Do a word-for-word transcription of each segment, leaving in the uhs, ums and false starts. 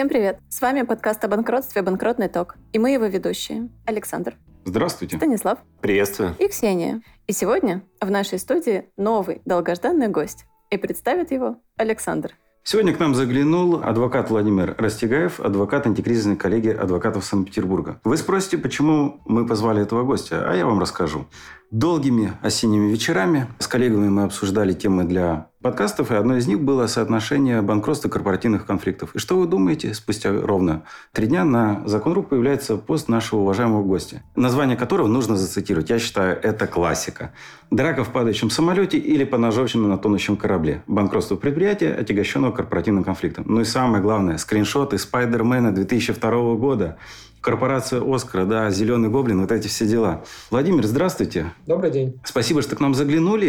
Всем привет! С вами подкаст о банкротстве «Банкротный ток». И мы его ведущие. Александр. Здравствуйте. Станислав. Приветствую. И Ксения. И сегодня в нашей студии новый долгожданный гость. И представит его Александр. Сегодня к нам заглянул адвокат Владимир Растегаев, адвокат антикризисной коллегии адвокатов Санкт-Петербурга. Вы спросите, почему мы позвали этого гостя, а я вам расскажу. Долгими осенними вечерами с коллегами мы обсуждали темы для подкастов, и одно из них было соотношение банкротства и корпоративных конфликтов. И что вы думаете? Спустя ровно три дня на Закон.ру появляется пост нашего уважаемого гостя, название которого нужно зацитировать. Я считаю, это классика. «Драка в падающем самолете или поножовщина на тонущем корабле. Банкротство предприятия, отягощенного корпоративным конфликтом». Ну и самое главное, скриншоты Спайдермена две тысячи второго года. Корпорация «Оскар», да, «Зеленый гоблин», вот эти все дела. Владимир, здравствуйте. Добрый день. Спасибо, что к нам заглянули.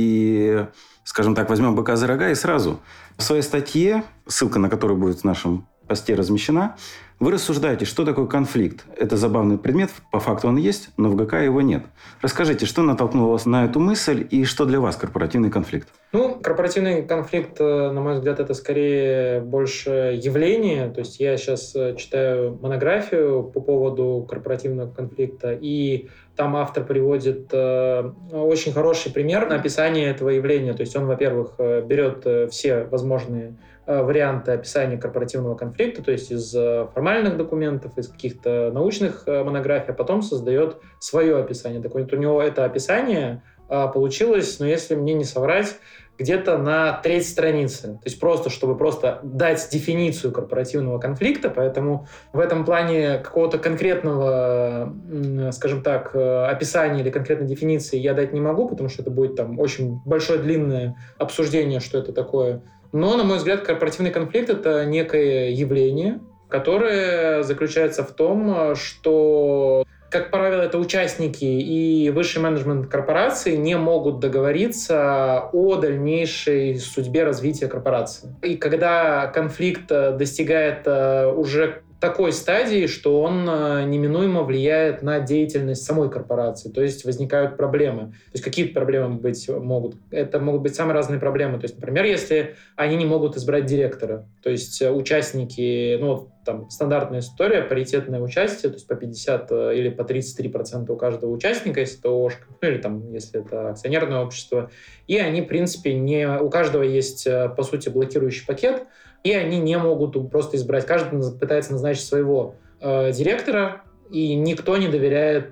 И, скажем так, возьмем быка за рога и сразу. В своей статье, ссылка на которую будет в нашем посте размещена, вы рассуждаете, что такое конфликт. Это забавный предмет, по факту он есть, но в ГК его нет. Расскажите, что натолкнуло вас на эту мысль и что для вас корпоративный конфликт? Ну, корпоративный конфликт, на мой взгляд, это скорее больше явление. То есть я сейчас читаю монографию по поводу корпоративного конфликта, и там автор приводит э, очень хороший пример на описание этого явления. То есть он, во-первых, берет все возможные варианты описания корпоративного конфликта, то есть из формальных документов, из каких-то научных монографий, а потом создает свое описание. Так вот, у него это описание получилось, но если мне не соврать, где-то на треть страницы. То есть просто, чтобы просто дать дефиницию корпоративного конфликта, поэтому в этом плане какого-то конкретного, скажем так, описания или конкретной дефиниции я дать не могу, потому что это будет там очень большое длинное обсуждение, что это такое. Но, на мой взгляд, корпоративный конфликт — это некое явление, которое заключается в том, что, как правило, это участники и высший менеджмент корпорации не могут договориться о дальнейшей судьбе развития корпорации. И когда конфликт достигает уже такой стадии, что он неминуемо влияет на деятельность самой корпорации. То есть возникают проблемы. То есть какие проблемы быть могут? Это могут быть самые разные проблемы. То есть, например, если они не могут избрать директора. То есть участники, ну, там стандартная история, паритетное участие, то есть по пятьдесят или по тридцать три процента у каждого участника, если это ООшка, ну или там, если это акционерное общество. И они, в принципе, не... У каждого есть, по сути, блокирующий пакет, и они не могут просто избрать. Каждый пытается назначить своего э, директора, и никто не доверяет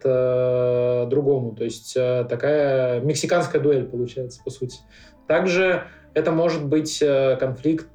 э, другому. То есть э, такая мексиканская дуэль получается, по сути. Также это может быть э, конфликт,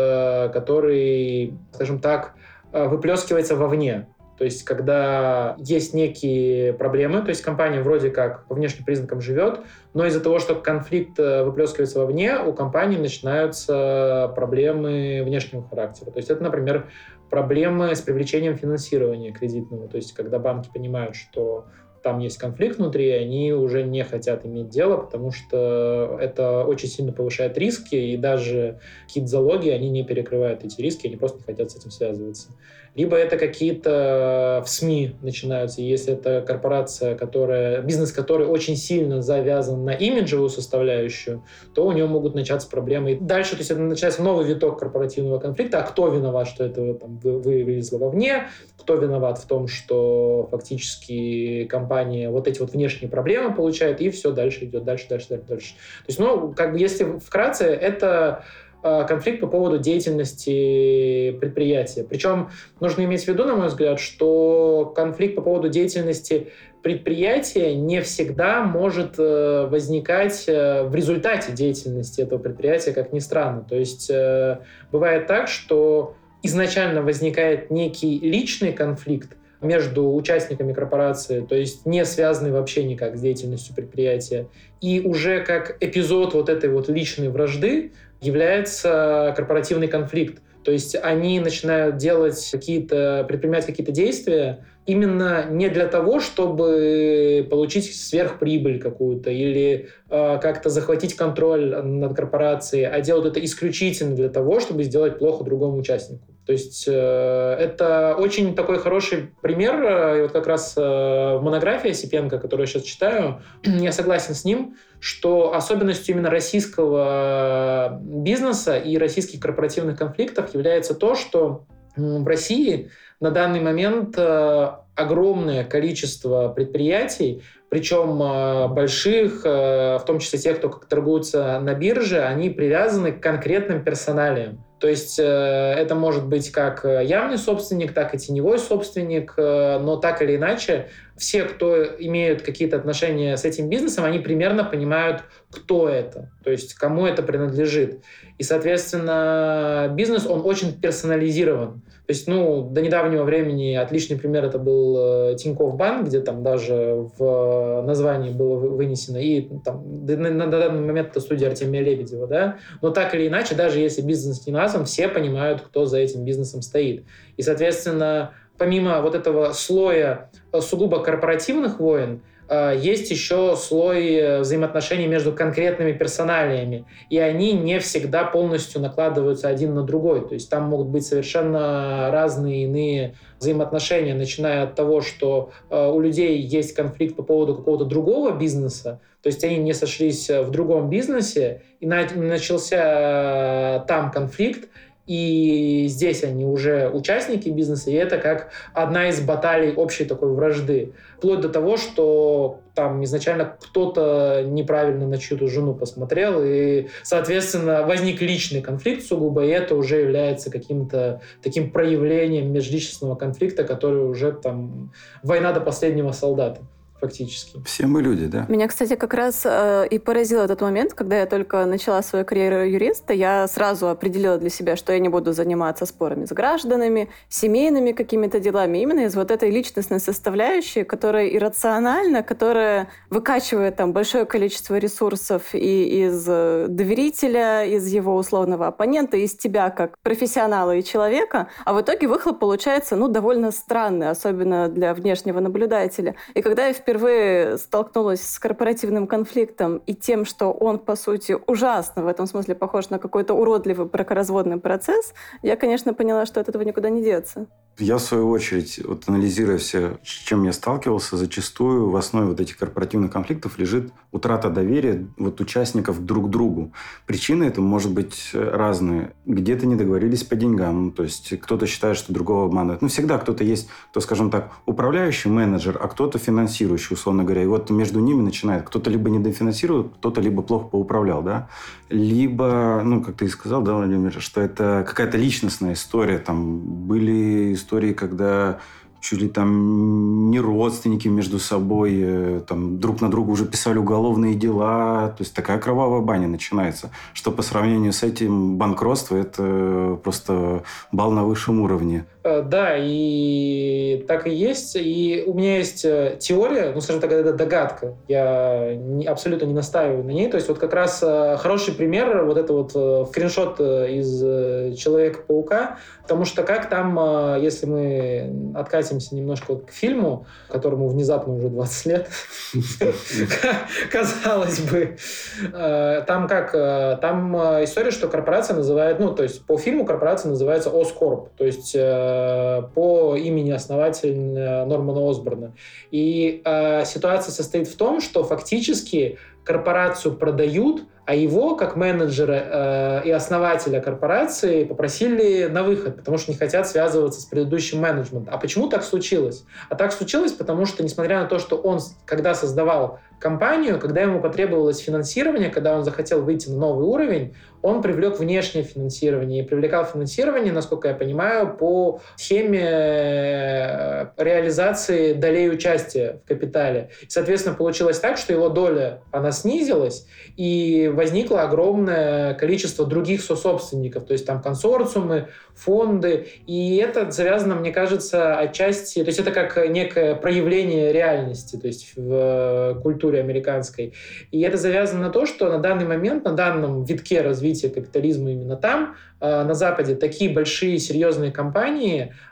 э, который, скажем так, э, выплескивается вовне. То есть, когда есть некие проблемы, то есть компания вроде как по внешним признакам живет, но из-за того, что конфликт выплескивается вовне, у компании начинаются проблемы внешнего характера. То есть это, например, проблемы с привлечением финансирования кредитного. То есть когда банки понимают, что там есть конфликт внутри, они уже не хотят иметь дело, потому что это очень сильно повышает риски, и даже какие-то залоги, они не перекрывают эти риски, они просто не хотят с этим связываться. Либо это какие-то в СМИ начинаются, если это корпорация, которая, бизнес, который очень сильно завязан на имиджевую составляющую, то у него могут начаться проблемы. И дальше, то есть это начинается новый виток корпоративного конфликта. А кто виноват, что это там вылезло вовне? Кто виноват в том, что фактически компания вот эти вот внешние проблемы получает, и все дальше идет, дальше, дальше, дальше, дальше. То есть, ну, как бы если вкратце, это конфликт по поводу деятельности предприятия. Причем нужно иметь в виду, на мой взгляд, что конфликт по поводу деятельности предприятия не всегда может возникать в результате деятельности этого предприятия, как ни странно. То есть бывает так, что изначально возникает некий личный конфликт между участниками корпорации, то есть не связанный вообще никак с деятельностью предприятия, и уже как эпизод вот этой вот личной вражды является корпоративный конфликт. То есть они начинают делать какие-то, предпринимать какие-то действия именно не для того, чтобы получить сверхприбыль какую-то или э, как-то захватить контроль над корпорацией, а делают это исключительно для того, чтобы сделать плохо другому участнику. То есть э, это очень такой хороший пример. И вот как раз э, в монографии Осипенко, которую я сейчас читаю, я согласен с ним, что особенностью именно российского бизнеса и российских корпоративных конфликтов является то, что В России на данный момент огромное количество предприятий, причем больших, в том числе тех, кто торгуются на бирже, они привязаны к конкретным персоналиям. То есть это может быть как явный собственник, так и теневой собственник, но так или иначе все, кто имеют какие-то отношения с этим бизнесом, они примерно понимают, кто это, то есть кому это принадлежит. И, соответственно, бизнес, он очень персонализирован. То есть, ну, до недавнего времени отличный пример это был Тинькофф Банк, где там даже в названии было вынесено, и там, на, на данный момент это студия Артемия Лебедева, да, но так или иначе, даже если бизнес не назван, все понимают, кто за этим бизнесом стоит. И, соответственно, помимо вот этого слоя сугубо корпоративных войн, есть еще слой взаимоотношений между конкретными персоналиями, и они не всегда полностью накладываются один на другой. То есть там могут быть совершенно разные иные взаимоотношения, начиная от того, что у людей есть конфликт по поводу какого-то другого бизнеса, то есть они не сошлись в другом бизнесе, и начался там конфликт, и здесь они уже участники бизнеса, и это как одна из баталий общей такой вражды. Вплоть до того, что там изначально кто-то неправильно на чью-то жену посмотрел, и, соответственно, возник личный конфликт сугубо, и это уже является каким-то таким проявлением межличностного конфликта, который уже там война до последнего солдата. Фактически. Все мы люди, да? Меня, кстати, как раз э, и поразил этот момент, когда я только начала свою карьеру юриста, я сразу определила для себя, что я не буду заниматься спорами с гражданами, семейными какими-то делами, именно из вот этой личностной составляющей, которая иррациональна, которая выкачивает там большое количество ресурсов и из доверителя, из его условного оппонента, из тебя как профессионала и человека, а в итоге выхлоп получается, ну, довольно странный, особенно для внешнего наблюдателя. И когда я впервые столкнулась с корпоративным конфликтом и тем, что он, по сути, ужасно в этом смысле похож на какой-то уродливый бракоразводный процесс, я, конечно, поняла, что от этого никуда не деться. Я, в свою очередь, вот, анализируя все, с чем я сталкивался, зачастую в основе вот этих корпоративных конфликтов лежит утрата доверия вот, участников друг к другу. Причины этому может быть разные. Где-то не договорились по деньгам, ну, то есть кто-то считает, что другого обманывают. Ну, всегда кто-то есть, кто, скажем так, управляющий менеджер, а кто-то финансирующий, условно говоря. И вот между ними начинает кто-то либо недофинансирует, кто-то либо плохо поуправлял, да, либо, ну, как ты и сказал, да, Владимир, что это какая-то личностная история. Там были истории, когда чуть ли там не родственники между собой там, друг на друга уже писали уголовные дела. То есть такая кровавая баня начинается, что по сравнению с этим банкротство – это просто балл на высшем уровне. Да, и так и есть. И у меня есть теория, ну, скажем так, это догадка. Я не, абсолютно не настаиваю на ней. То есть вот как раз хороший пример, вот это вот скриншот из Человека-паука, потому что как там, если мы откатимся немножко к фильму, которому внезапно уже двадцать лет, казалось бы, там как, там история, что корпорация называет, ну, то есть по фильму корпорация называется Oscorp, то есть по имени основателя Нормана Осборна. И э, ситуация состоит в том, что фактически корпорацию продают, а его, как менеджера э, и основателя корпорации, попросили на выход, потому что не хотят связываться с предыдущим менеджментом. А почему так случилось? А так случилось, потому что, несмотря на то, что он, когда создавал компанию, когда ему потребовалось финансирование, когда он захотел выйти на новый уровень, он привлек внешнее финансирование и привлекал финансирование, насколько я понимаю, по схеме реализации долей участия в капитале. И, соответственно, получилось так, что его доля, она снизилась, и возникло огромное количество других сособственников, то есть там консорциумы, фонды, и это завязано, мне кажется, отчасти, то есть это как некое проявление реальности, то есть в культуре американской. И это завязано на то, что на данный момент, на данном витке развития капитализма именно там, на Западе, такие большие серьезные компании,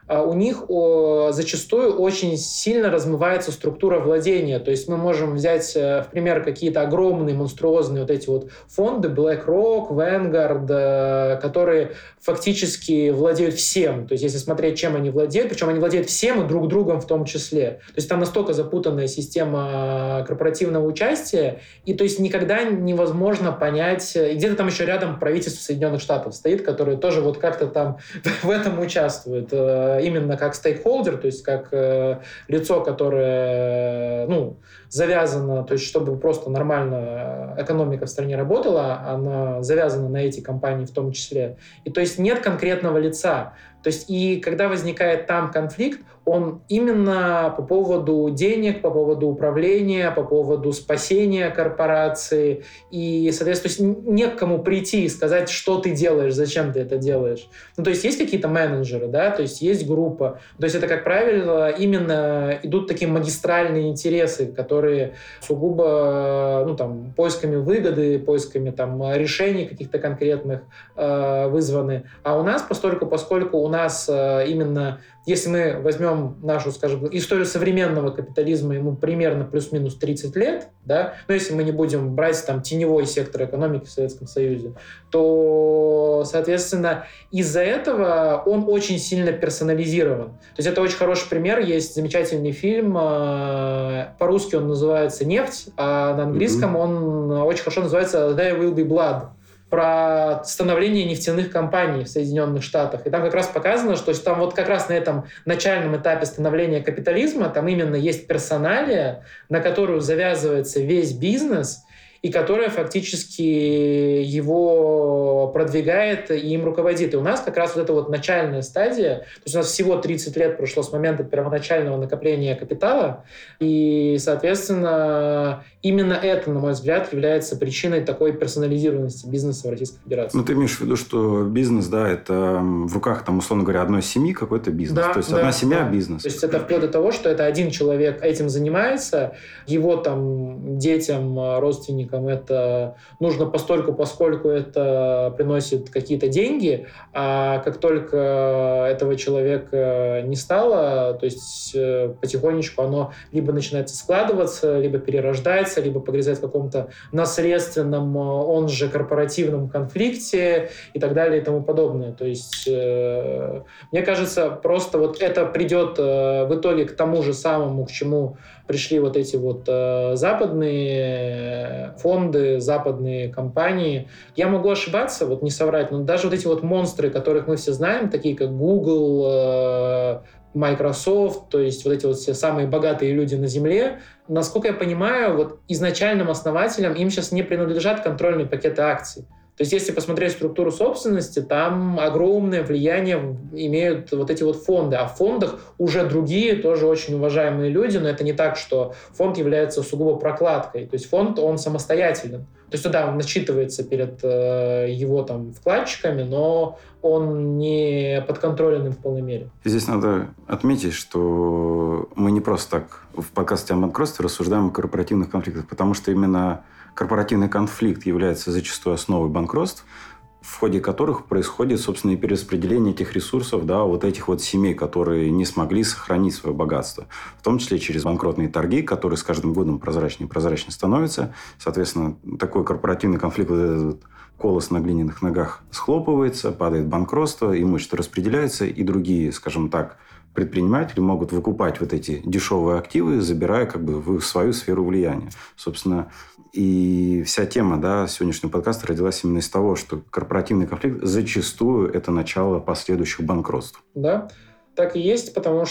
у них зачастую очень сильно размывается структура владения. То есть мы можем взять в пример какие-то огромные, монструозные вот эти вот фонды BlackRock, Vanguard, которые фактически владеют всем. То есть если смотреть, чем они владеют, причем они владеют всем и друг другом в том числе. То есть там настолько запутанная система корпоративного участия, и то есть никогда невозможно понять... И где-то там еще рядом правительство Соединенных Штатов стоит, которое тоже вот как-то там в этом участвует. Именно как стейкхолдер, то есть как лицо, которое ну, завязано, то есть чтобы просто нормально экономика в стране работала, она завязана на эти компании в том числе. И то есть нет конкретного лица. То есть и когда возникает там конфликт, он именно по поводу денег, по поводу управления, по поводу спасения корпорации. И, соответственно, не к кому прийти и сказать, что ты делаешь, зачем ты это делаешь. Ну, то есть есть какие-то менеджеры, да, то есть есть группа. То есть это, как правило, именно идут такие магистральные интересы, которые сугубо, ну, там, поисками выгоды, поисками там решений каких-то конкретных э, вызваны. А у нас, постольку, поскольку у нас э, именно если мы возьмем нашу, скажем, историю современного капитализма, ему примерно плюс-минус тридцать лет, да, но если мы не будем брать там теневой сектор экономики в Советском Союзе, то, соответственно, из-за этого он очень сильно персонализирован. То есть это очень хороший пример. Есть замечательный фильм, по-русски он называется «Нефть», а на английском он очень хорошо называется «There Will Be Blood», про становление нефтяных компаний в Соединенных Штатах. И там как раз показано, что там вот как раз на этом начальном этапе становления капитализма там именно есть персоналия, на которую завязывается весь бизнес, и которая фактически его продвигает и им руководит. И у нас как раз вот эта вот начальная стадия, то есть у нас всего тридцать лет прошло с момента первоначального накопления капитала, и, соответственно, именно это, на мой взгляд, является причиной такой персонализированности бизнеса в Российской Федерации. Ну, ты имеешь в виду, что бизнес, да, это в руках, там, условно говоря, одной семьи какой-то бизнес. Да, то есть да, одна семья да. бизнес. То есть это вплоть до того, что это один человек этим занимается, его там детям, родственникам это нужно постольку, поскольку это приносит какие-то деньги, а как только этого человека не стало, то есть потихонечку оно либо начинает складываться, либо перерождается, либо погрязает в каком-то наследственном, он же корпоративном конфликте и так далее и тому подобное. То есть мне кажется, просто вот это придет в итоге к тому же самому, к чему пришли вот эти вот э, западные фонды, западные компании. Я могу ошибаться, вот не соврать, но даже вот эти вот монстры, которых мы все знаем, такие как Google, э, Microsoft, то есть вот эти вот все самые богатые люди на Земле, насколько я понимаю, вот изначальным основателям им сейчас не принадлежат контрольные пакеты акций. То есть, если посмотреть структуру собственности, там огромное влияние имеют вот эти вот фонды. А в фондах уже другие, тоже очень уважаемые люди, но это не так, что фонд является сугубо прокладкой. То есть, фонд, он самостоятелен. То есть, да, он начитывается перед э, его там вкладчиками, но он не подконтролен им в полной мере. Здесь надо отметить, что мы не просто так в подкасте о банкротстве рассуждаем о корпоративных конфликтах, потому что именно корпоративный конфликт является зачастую основой банкротств, в ходе которых происходит, собственно, и перераспределение этих ресурсов, да, вот этих вот семей, которые не смогли сохранить свое богатство. В том числе через банкротные торги, которые с каждым годом прозрачнее и прозрачнее становятся. Соответственно, такой корпоративный конфликт, вот этот колос на глиняных ногах схлопывается, падает банкротство, имущество распределяется, и другие, скажем так, предприниматели могут выкупать вот эти дешевые активы, забирая как бы в свою сферу влияния. Собственно, и вся тема, да, сегодняшнего подкаста родилась именно из того, что корпоративный конфликт зачастую это начало последующих банкротств. Да, так и есть, потому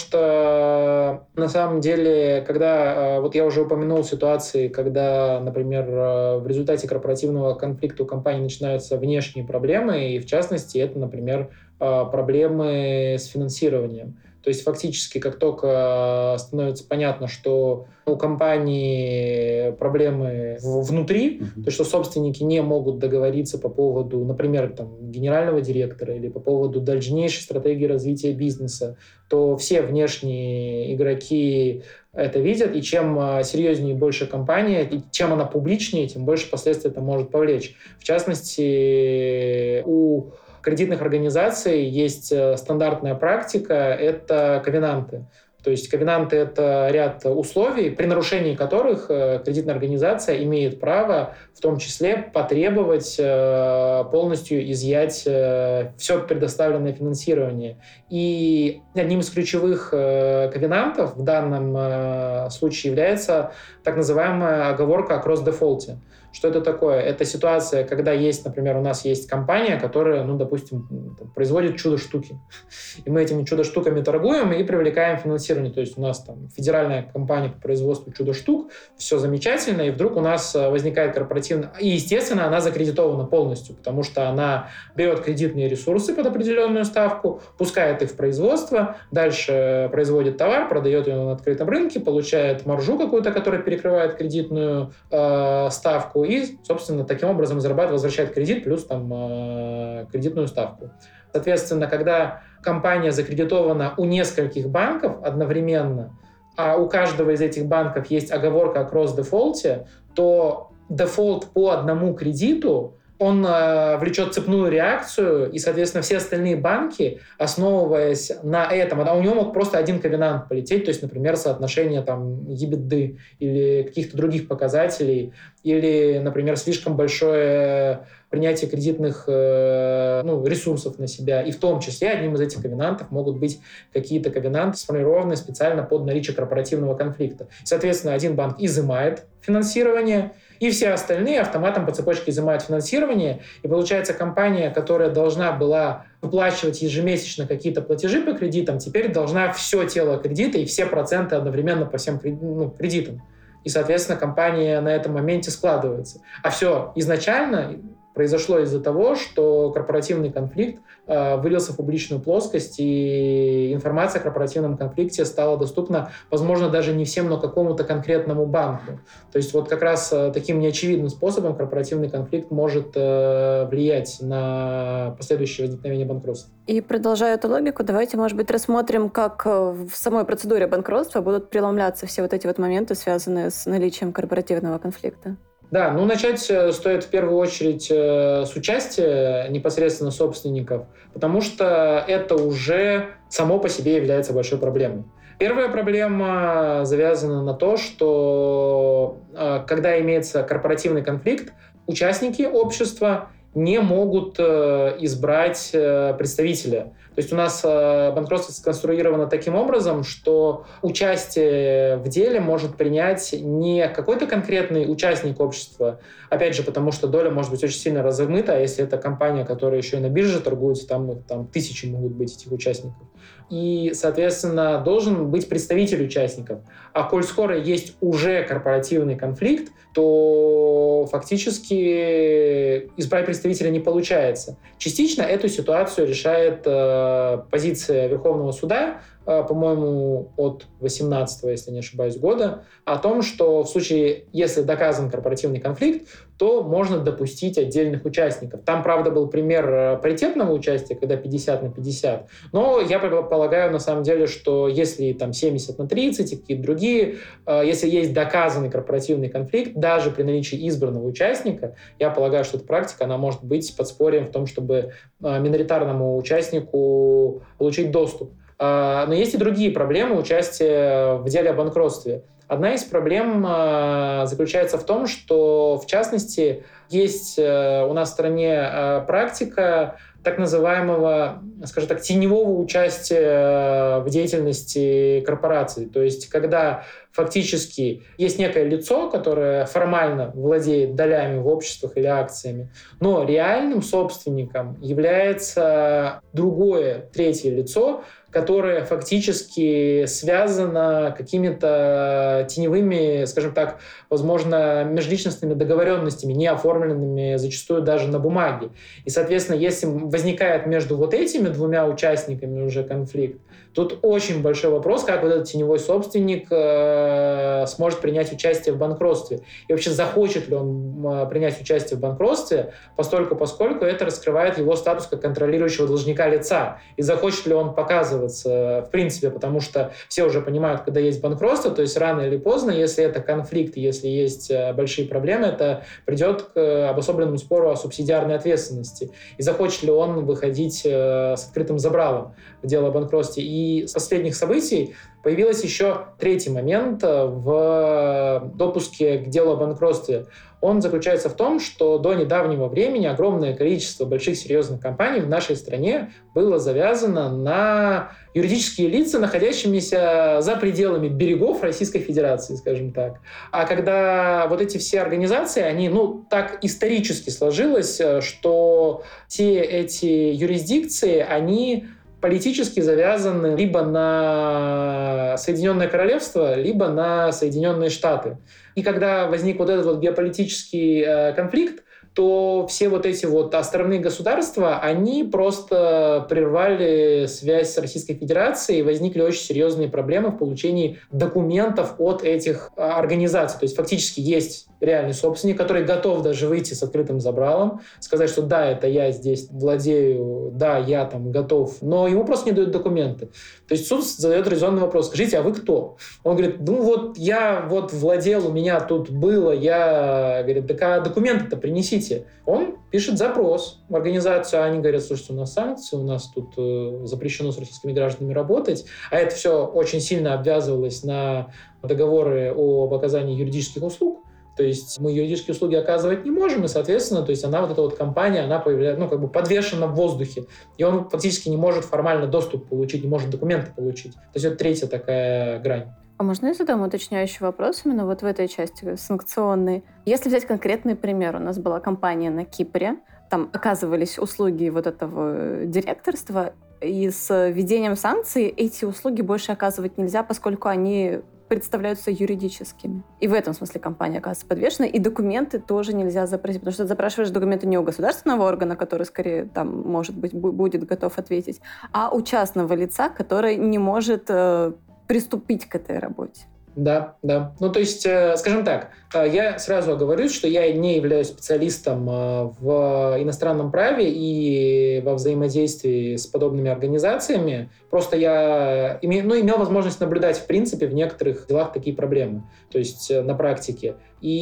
что на самом деле, когда, вот я уже упомянул ситуации, когда, например, в результате корпоративного конфликта у компании начинаются внешние проблемы, и в частности это, например, проблемы с финансированием. То есть фактически, как только становится понятно, что у компании проблемы внутри, mm-hmm. то, что собственники не могут договориться по поводу, например, там, генерального директора или по поводу дальнейшей стратегии развития бизнеса, то все внешние игроки это видят, и чем серьезнее и больше компания, и чем она публичнее, тем больше последствий это может повлечь. В частности, у кредитных организаций есть стандартная практика – это ковенанты. То есть ковенанты – это ряд условий, при нарушении которых кредитная организация имеет право в том числе потребовать полностью изъять все предоставленное финансирование. И одним из ключевых ковенантов в данном случае является так называемая оговорка о кросс-дефолте. Что это такое? Это ситуация, когда есть, например, у нас есть компания, которая, ну, допустим, производит чудо-штуки. И мы этими чудо-штуками торгуем и привлекаем финансирование. То есть у нас там федеральная компания по производству чудо-штук, все замечательно, и вдруг у нас возникает корпоративная... И, естественно, она закредитована полностью, потому что она берет кредитные ресурсы под определенную ставку, пускает их в производство, дальше производит товар, продает ее на открытом рынке, получает маржу какую-то, которая перекрывает кредитную э, ставку, и, собственно, таким образом зарабатывает, возвращает кредит плюс там э, кредитную ставку. Соответственно, когда компания закредитована у нескольких банков одновременно, а у каждого из этих банков есть оговорка о кросс-дефолте, то дефолт по одному кредиту он э, влечет цепную реакцию, и, соответственно, все остальные банки, основываясь на этом, а у него мог просто один ковенант полететь, то есть, например, соотношение там EBITDA или каких-то других показателей, или, например, слишком большое принятие кредитных э, ну, ресурсов на себя. И в том числе одним из этих ковенантов могут быть какие-то ковенанты, сформированные специально под наличие корпоративного конфликта. Соответственно, один банк изымает финансирование, и все остальные автоматом по цепочке изымают финансирование, и получается компания, которая должна была выплачивать ежемесячно какие-то платежи по кредитам, теперь должна все тело кредита и все проценты одновременно по всем ну, кредитам. И, соответственно, компания на этом моменте складывается. А все изначально произошло из-за того, что корпоративный конфликт э, вылился в публичную плоскость, и информация о корпоративном конфликте стала доступна, возможно, даже не всем, но какому-то конкретному банку. То есть вот как раз э, таким неочевидным способом корпоративный конфликт может э, влиять на последующее возникновение банкротства. И продолжая эту логику, давайте, может быть, рассмотрим, как в самой процедуре банкротства будут преломляться все вот эти вот моменты, связанные с наличием корпоративного конфликта. Да, ну начать стоит в первую очередь с участия непосредственно собственников, потому что это уже само по себе является большой проблемой. Первая проблема завязана на то, что когда имеется корпоративный конфликт, участники общества не могут избрать представителя. То есть у нас банкротство сконструировано таким образом, что участие в деле может принять не какой-то конкретный участник общества, опять же, потому что доля может быть очень сильно размыта, а если это компания, которая еще и на бирже торгуется, там, там тысячи могут быть этих участников. И, соответственно, должен быть представитель участников. А коль скоро есть уже корпоративный конфликт, то фактически избрать представителя не получается. Частично эту ситуацию решает э, позиция Верховного суда, э, по-моему, от восемнадцатого, если не ошибаюсь, года, о том, что в случае, если доказан корпоративный конфликт, то можно допустить отдельных участников. Там, правда, был пример паритетного участия, когда пятьдесят на пятьдесят, но я полагаю, на самом деле, что если там семьдесят на тридцать и какие-то другие, э, если есть доказанный корпоративный конфликт, даже при наличии избранного участника, я полагаю, что эта практика, она может быть подспорьем в том, чтобы э, миноритарному участнику получить доступ. Э, но есть и другие проблемы участия в деле о банкротстве. Одна из проблем э, заключается в том, что, в частности, есть э, у нас в стране э, практика так называемого, скажем так, теневого участия в деятельности корпораций. То есть, когда фактически есть некое лицо, которое формально владеет долями в обществах или акциями, но реальным собственником является другое, третье лицо, которое фактически связано какими-то теневыми, скажем так, возможно, межличностными договоренностями, не оформленными зачастую даже на бумаге. И, соответственно, если возникает между вот этими двумя участниками уже конфликт, тут очень большой вопрос, как вот этот теневой собственник э, сможет принять участие в банкротстве. И вообще, захочет ли он э, принять участие в банкротстве, постольку, поскольку это раскрывает его статус как контролирующего должника лица. И захочет ли он показывать расписываться в принципе, потому что все уже понимают, когда есть банкротство, то есть рано или поздно, если это конфликт, если есть большие проблемы, это придет к обособленному спору о субсидиарной ответственности. И захочет ли он выходить с открытым забралом в дело о банкротстве. И с последних событий появился еще третий момент в допуске к делу о банкротстве. Он заключается в том, что до недавнего времени огромное количество больших серьезных компаний в нашей стране было завязано на юридические лица, находящимися за пределами берегов Российской Федерации, скажем так. А когда вот эти все организации, они, ну, так исторически сложилось, что все эти юрисдикции, они политически завязаны либо на Соединенное Королевство, либо на Соединенные Штаты. И когда возник вот этот вот геополитический э, конфликт, то все вот эти вот островные государства, они просто прервали связь с Российской Федерацией, и возникли очень серьезные проблемы в получении документов от этих организаций. То есть фактически есть реальный собственник, который готов даже выйти с открытым забралом, сказать, что да, это я здесь владею, да, я там готов, но ему просто не дают документы. То есть суд задает резонный вопрос: скажите, а вы кто? Он говорит: ну вот я вот владел, у меня тут было, я, говорит, так а документы-то принесите. Он пишет запрос в организацию, а они говорят: слушайте, у нас санкции, у нас тут э, запрещено с российскими гражданами работать, а это все очень сильно обвязывалось на договоры об оказании юридических услуг. То есть мы юридические услуги оказывать не можем, и, соответственно, то есть она, вот эта вот компания, она появляется, ну, как бы подвешена в воздухе, и он фактически не может формально доступ получить, не может документы получить. То есть это третья такая грань. А можно я задам уточняющий вопрос именно вот в этой части санкционной? Если взять конкретный пример, у нас была компания на Кипре, там оказывались услуги вот этого директорства, и с введением санкций эти услуги больше оказывать нельзя, поскольку они представляются юридическими. И в этом смысле компания оказывается подвешена, и документы тоже нельзя запросить, потому что ты запрашиваешь документы не у государственного органа, который, скорее, там, может быть, будет готов ответить, а у частного лица, который не может э, приступить к этой работе. Да, да. Ну, то есть, э, скажем так, э, я сразу оговорюсь, что я не являюсь специалистом э, в иностранном праве и во взаимодействии с подобными организациями. Просто я име, ну, имел возможность наблюдать, в принципе, в некоторых делах такие проблемы, то есть э, на практике.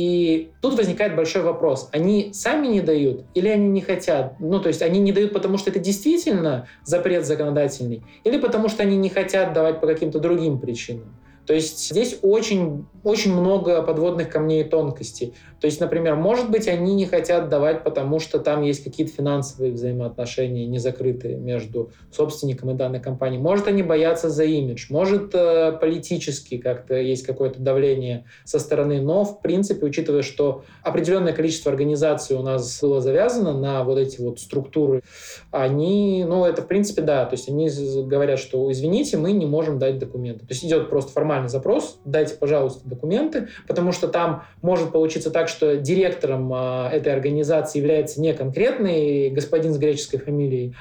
И тут возникает большой вопрос. Они сами не дают или они не хотят? Ну, то есть они не дают, потому что это действительно запрет законодательный, или потому что они не хотят давать по каким-то другим причинам? То есть здесь очень, очень много подводных камней и тонкостей. То есть, например, может быть, они не хотят давать, потому что там есть какие-то финансовые взаимоотношения не закрытые между собственником и данной компанией. Может, они боятся за имидж. Может, политически как-то есть какое-то давление со стороны. Но, в принципе, учитывая, что определенное количество организаций у нас было завязано на вот эти вот структуры, они, ну, это, в принципе, да. То есть они говорят, что, извините, мы не можем дать документы. То есть идет просто формальный запрос, дайте, пожалуйста, документы, потому что там может получиться так, что директором э, этой организации является не конкретный господин с греческой фамилией,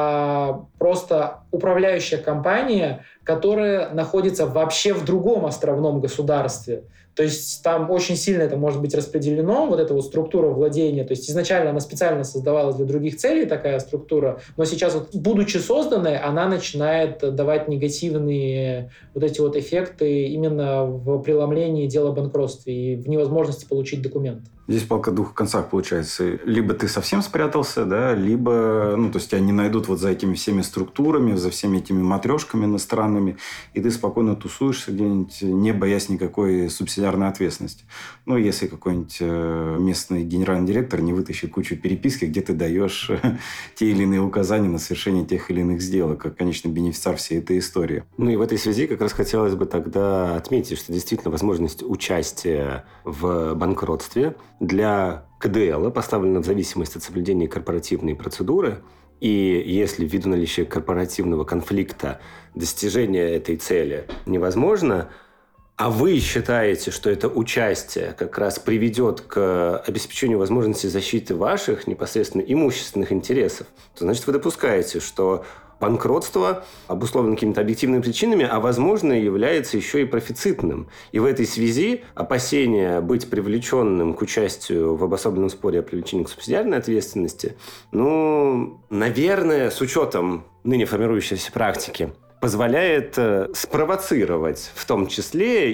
а просто управляющая компания, которая находится вообще в другом островном государстве. То есть там очень сильно это может быть распределено, вот эта вот структура владения. То есть изначально она специально создавалась для других целей, такая структура, но сейчас, вот, будучи созданной, она начинает давать негативные вот эти вот эффекты именно в преломлении дела о банкротстве и в невозможности получить документы. Здесь палка в двух концах получается. Либо ты совсем спрятался, да, либо, ну, то есть тебя не найдут вот за этими всеми структурами, за всеми этими матрешками иностранными, и ты спокойно тусуешься где-нибудь, не боясь никакой субсидиарной ответственности. Ну, если какой-нибудь местный генеральный директор не вытащит кучу переписки, где ты даешь те или иные указания на совершение тех или иных сделок, как конечный бенефициар всей этой истории. Ну, и в этой связи как раз хотелось бы тогда отметить, что действительно возможность участия в банкротстве для ка дэ эла поставлена в зависимости от соблюдения корпоративной процедуры. И если ввиду наличия корпоративного конфликта достижение этой цели невозможно, а вы считаете, что это участие как раз приведет к обеспечению возможности защиты ваших непосредственно имущественных интересов, то значит вы допускаете, что банкротство обусловлено какими-то объективными причинами, а, возможно, является еще и профицитным. И в этой связи опасение быть привлеченным к участию в обособленном споре о привлечении к субсидиарной ответственности, ну, наверное, с учетом ныне формирующейся практики, позволяет спровоцировать в том числе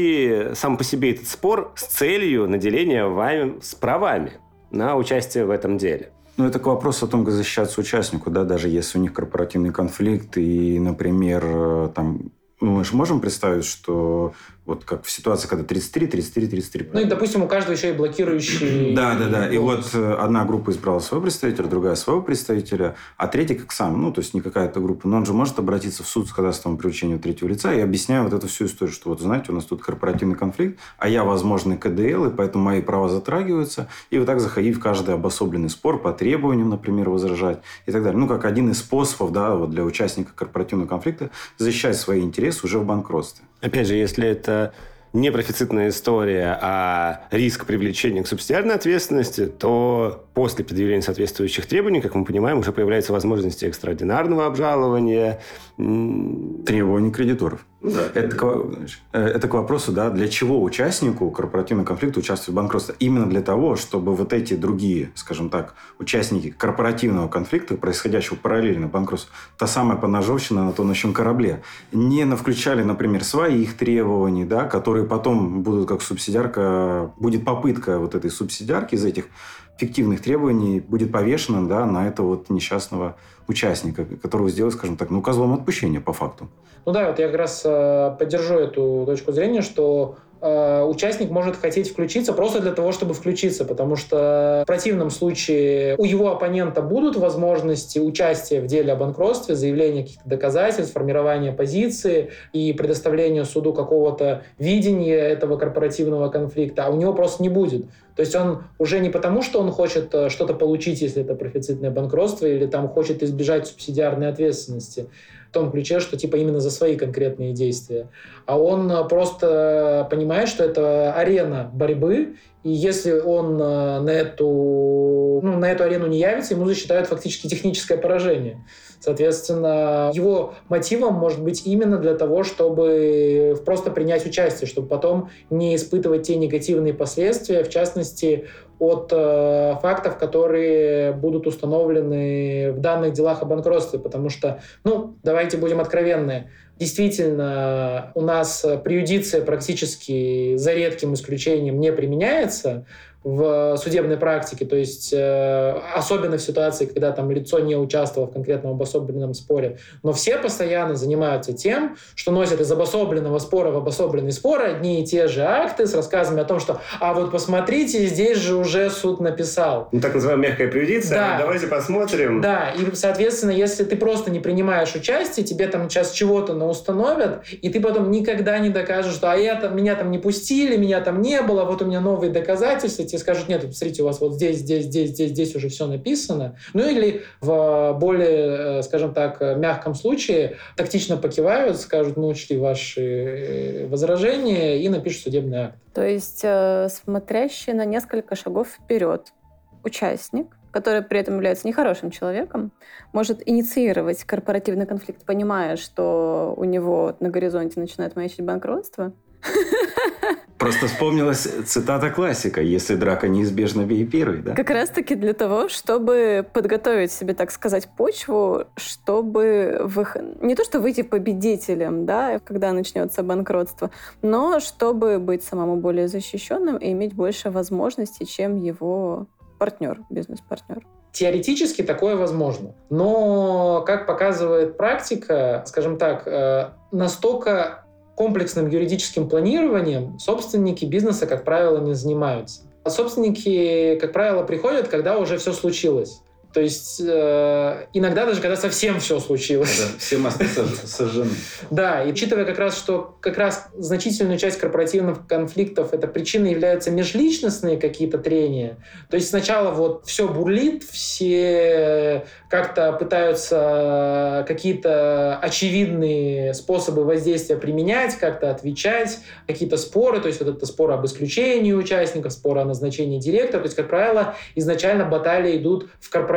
и сам по себе этот спор с целью наделения вами с правами на участие в этом деле. Ну, это к вопросу о том, как защищаться участнику, да, даже если у них корпоративный конфликт и, например, там, ну, мы же можем представить, что вот как в ситуации, когда тридцать три, тридцать три, тридцать три. Ну и, допустим, у каждого еще и блокирующий... Да, да, да. И вот одна группа избрала своего представителя, другая своего представителя, а третья как сам. Ну, то есть не какая-то группа. Но он же может обратиться в суд с ходатайством о привлечении третьего лица и объясняю вот эту всю историю, что вот, знаете, у нас тут корпоративный конфликт, а я возможный ка дэ эл, и поэтому мои права затрагиваются. И вот так заходить в каждый обособленный спор по требованиям, например, возражать и так далее. Ну, как один из способов, да, вот для участника корпоративного конфликта защищать свои интересы уже в банкротстве. Опять же, если это не профицитная история, а риск привлечения к субсидиарной ответственности, то после предъявления соответствующих требований, как мы понимаем, уже появляется возможность экстраординарного обжалования. Требований кредиторов. Да, это, к, это к вопросу, да, для чего участнику корпоративного конфликта участвовать в банкротстве? Именно для того, чтобы вот эти другие, скажем так, участники корпоративного конфликта, происходящего параллельно банкротству, та самая поножовщина на тонущем корабле, не включали, например, своих требований, да, которые потом будут как субсидиарка, будет попытка вот этой субсидиарки из этих фиктивных требований будет повешена, да, на этого вот несчастного участника, которого сделать, скажем так, ну, козлом отпущения по факту. Ну да, вот я как раз э, поддержу эту точку зрения, что э, участник может хотеть включиться просто для того, чтобы включиться, потому что в противном случае у его оппонента будут возможности участия в деле о банкротстве, заявления каких-то доказательств, формирования позиции и предоставления суду какого-то видения этого корпоративного конфликта, а у него просто не будет. То есть он уже не потому, что он хочет что-то получить, если это профицитное банкротство, или там хочет избежать субсидиарной ответственности, в том ключе, что типа именно за свои конкретные действия. А он просто понимает, что это арена борьбы, и если он на эту, ну, на эту арену не явится, ему засчитают фактически техническое поражение. Соответственно, его мотивом может быть именно для того, чтобы просто принять участие, чтобы потом не испытывать те негативные последствия, в частности, от э, фактов, которые будут установлены в данных делах о банкротстве. Потому что, ну, давайте будем откровенны, действительно, у нас преюдиция практически за редким исключением не применяется в судебной практике, то есть э, особенно в ситуации, когда там лицо не участвовало в конкретном обособленном споре, но все постоянно занимаются тем, что носят из обособленного спора в обособленный спор одни и те же акты с рассказами о том, что «а вот посмотрите, здесь же уже суд написал». Ну, так называемая мягкая преюдиция, да. Давайте посмотрим. Да, и, соответственно, если ты просто не принимаешь участие, тебе там сейчас чего-то наустановят, и ты потом никогда не докажешь, что «а я там, меня там не пустили, меня там не было, вот у меня новые доказательства», тебе скажут, нет, смотрите, у вас вот здесь, здесь, здесь, здесь, здесь уже все написано. Ну или в более, скажем так, мягком случае тактично покивают, скажут, мы учли ваши возражения и напишут судебный акт. То есть э, смотрящий на несколько шагов вперед участник, который при этом является нехорошим человеком, может инициировать корпоративный конфликт, понимая, что у него на горизонте начинает маячить банкротство. Просто вспомнилась цитата классика: «Если драка неизбежна, бей первый», да? Как раз-таки для того, чтобы подготовить себе, так сказать, почву, чтобы вых... не то что выйти победителем, да, когда начнется банкротство, но чтобы быть самому более защищенным и иметь больше возможностей, чем его партнер, бизнес-партнер. Теоретически такое возможно. Но, как показывает практика, скажем так, настолько комплексным юридическим планированием собственники бизнеса, как правило, не занимаются. А собственники, как правило, приходят, когда уже все случилось. То есть э, иногда даже когда совсем все случилось. Да, все мосты сожжены. Да, и учитывая как раз, что как раз значительную часть корпоративных конфликтов это причиной являются межличностные какие-то трения. То есть сначала вот все бурлит, все как-то пытаются какие-то очевидные способы воздействия применять, как-то отвечать, какие-то споры, то есть вот это споры об исключении участников, споры о назначении директора. То есть, как правило, изначально баталии идут в корпоративном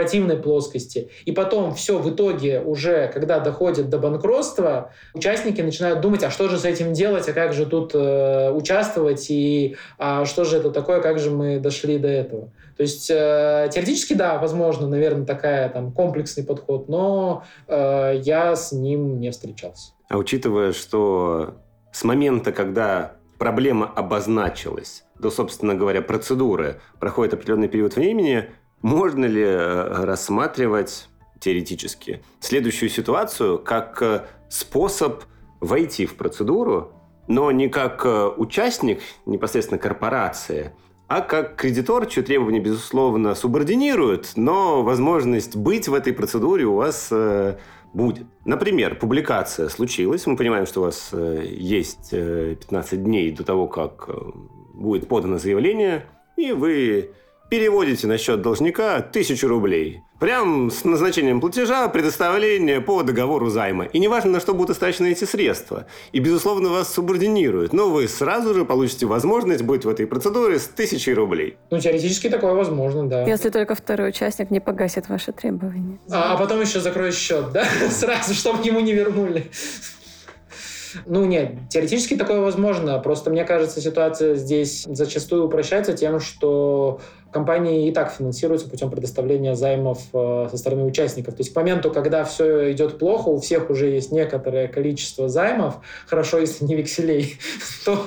корпоративной плоскости. И потом все в итоге уже, когда доходит до банкротства, участники начинают думать, а что же с этим делать, а как же тут э, участвовать, и а что же это такое, как же мы дошли до этого. То есть э, теоретически, да, возможно, наверное, такая там комплексный подход, но э, я с ним не встречался. А учитывая, что с момента, когда проблема обозначилась, до, собственно говоря, процедуры, проходит определенный период времени, можно ли рассматривать теоретически следующую ситуацию как способ войти в процедуру, но не как участник непосредственно корпорации, а как кредитор, чьи требования, безусловно, субординируют, но возможность быть в этой процедуре у вас э, будет. Например, публикация случилась, мы понимаем, что у вас э, есть э, пятнадцать дней до того, как э, будет подано заявление, и вы переводите на счет должника тысячу рублей. Прям с назначением платежа, предоставления по договору займа. И неважно, на что будут истрачены эти средства. И, безусловно, вас субординируют. Но вы сразу же получите возможность быть в этой процедуре с тысячей рублей. Ну, теоретически такое возможно, да. Если только второй участник не погасит ваши требования. А, а потом еще закроет счет, да? Сразу, чтобы ему не вернули. Ну, нет, теоретически такое возможно. Просто, мне кажется, ситуация здесь зачастую упрощается тем, что компании и так финансируются путем предоставления займов э, со стороны участников. То есть к моменту, когда все идет плохо, у всех уже есть некоторое количество займов, хорошо, если не векселей, то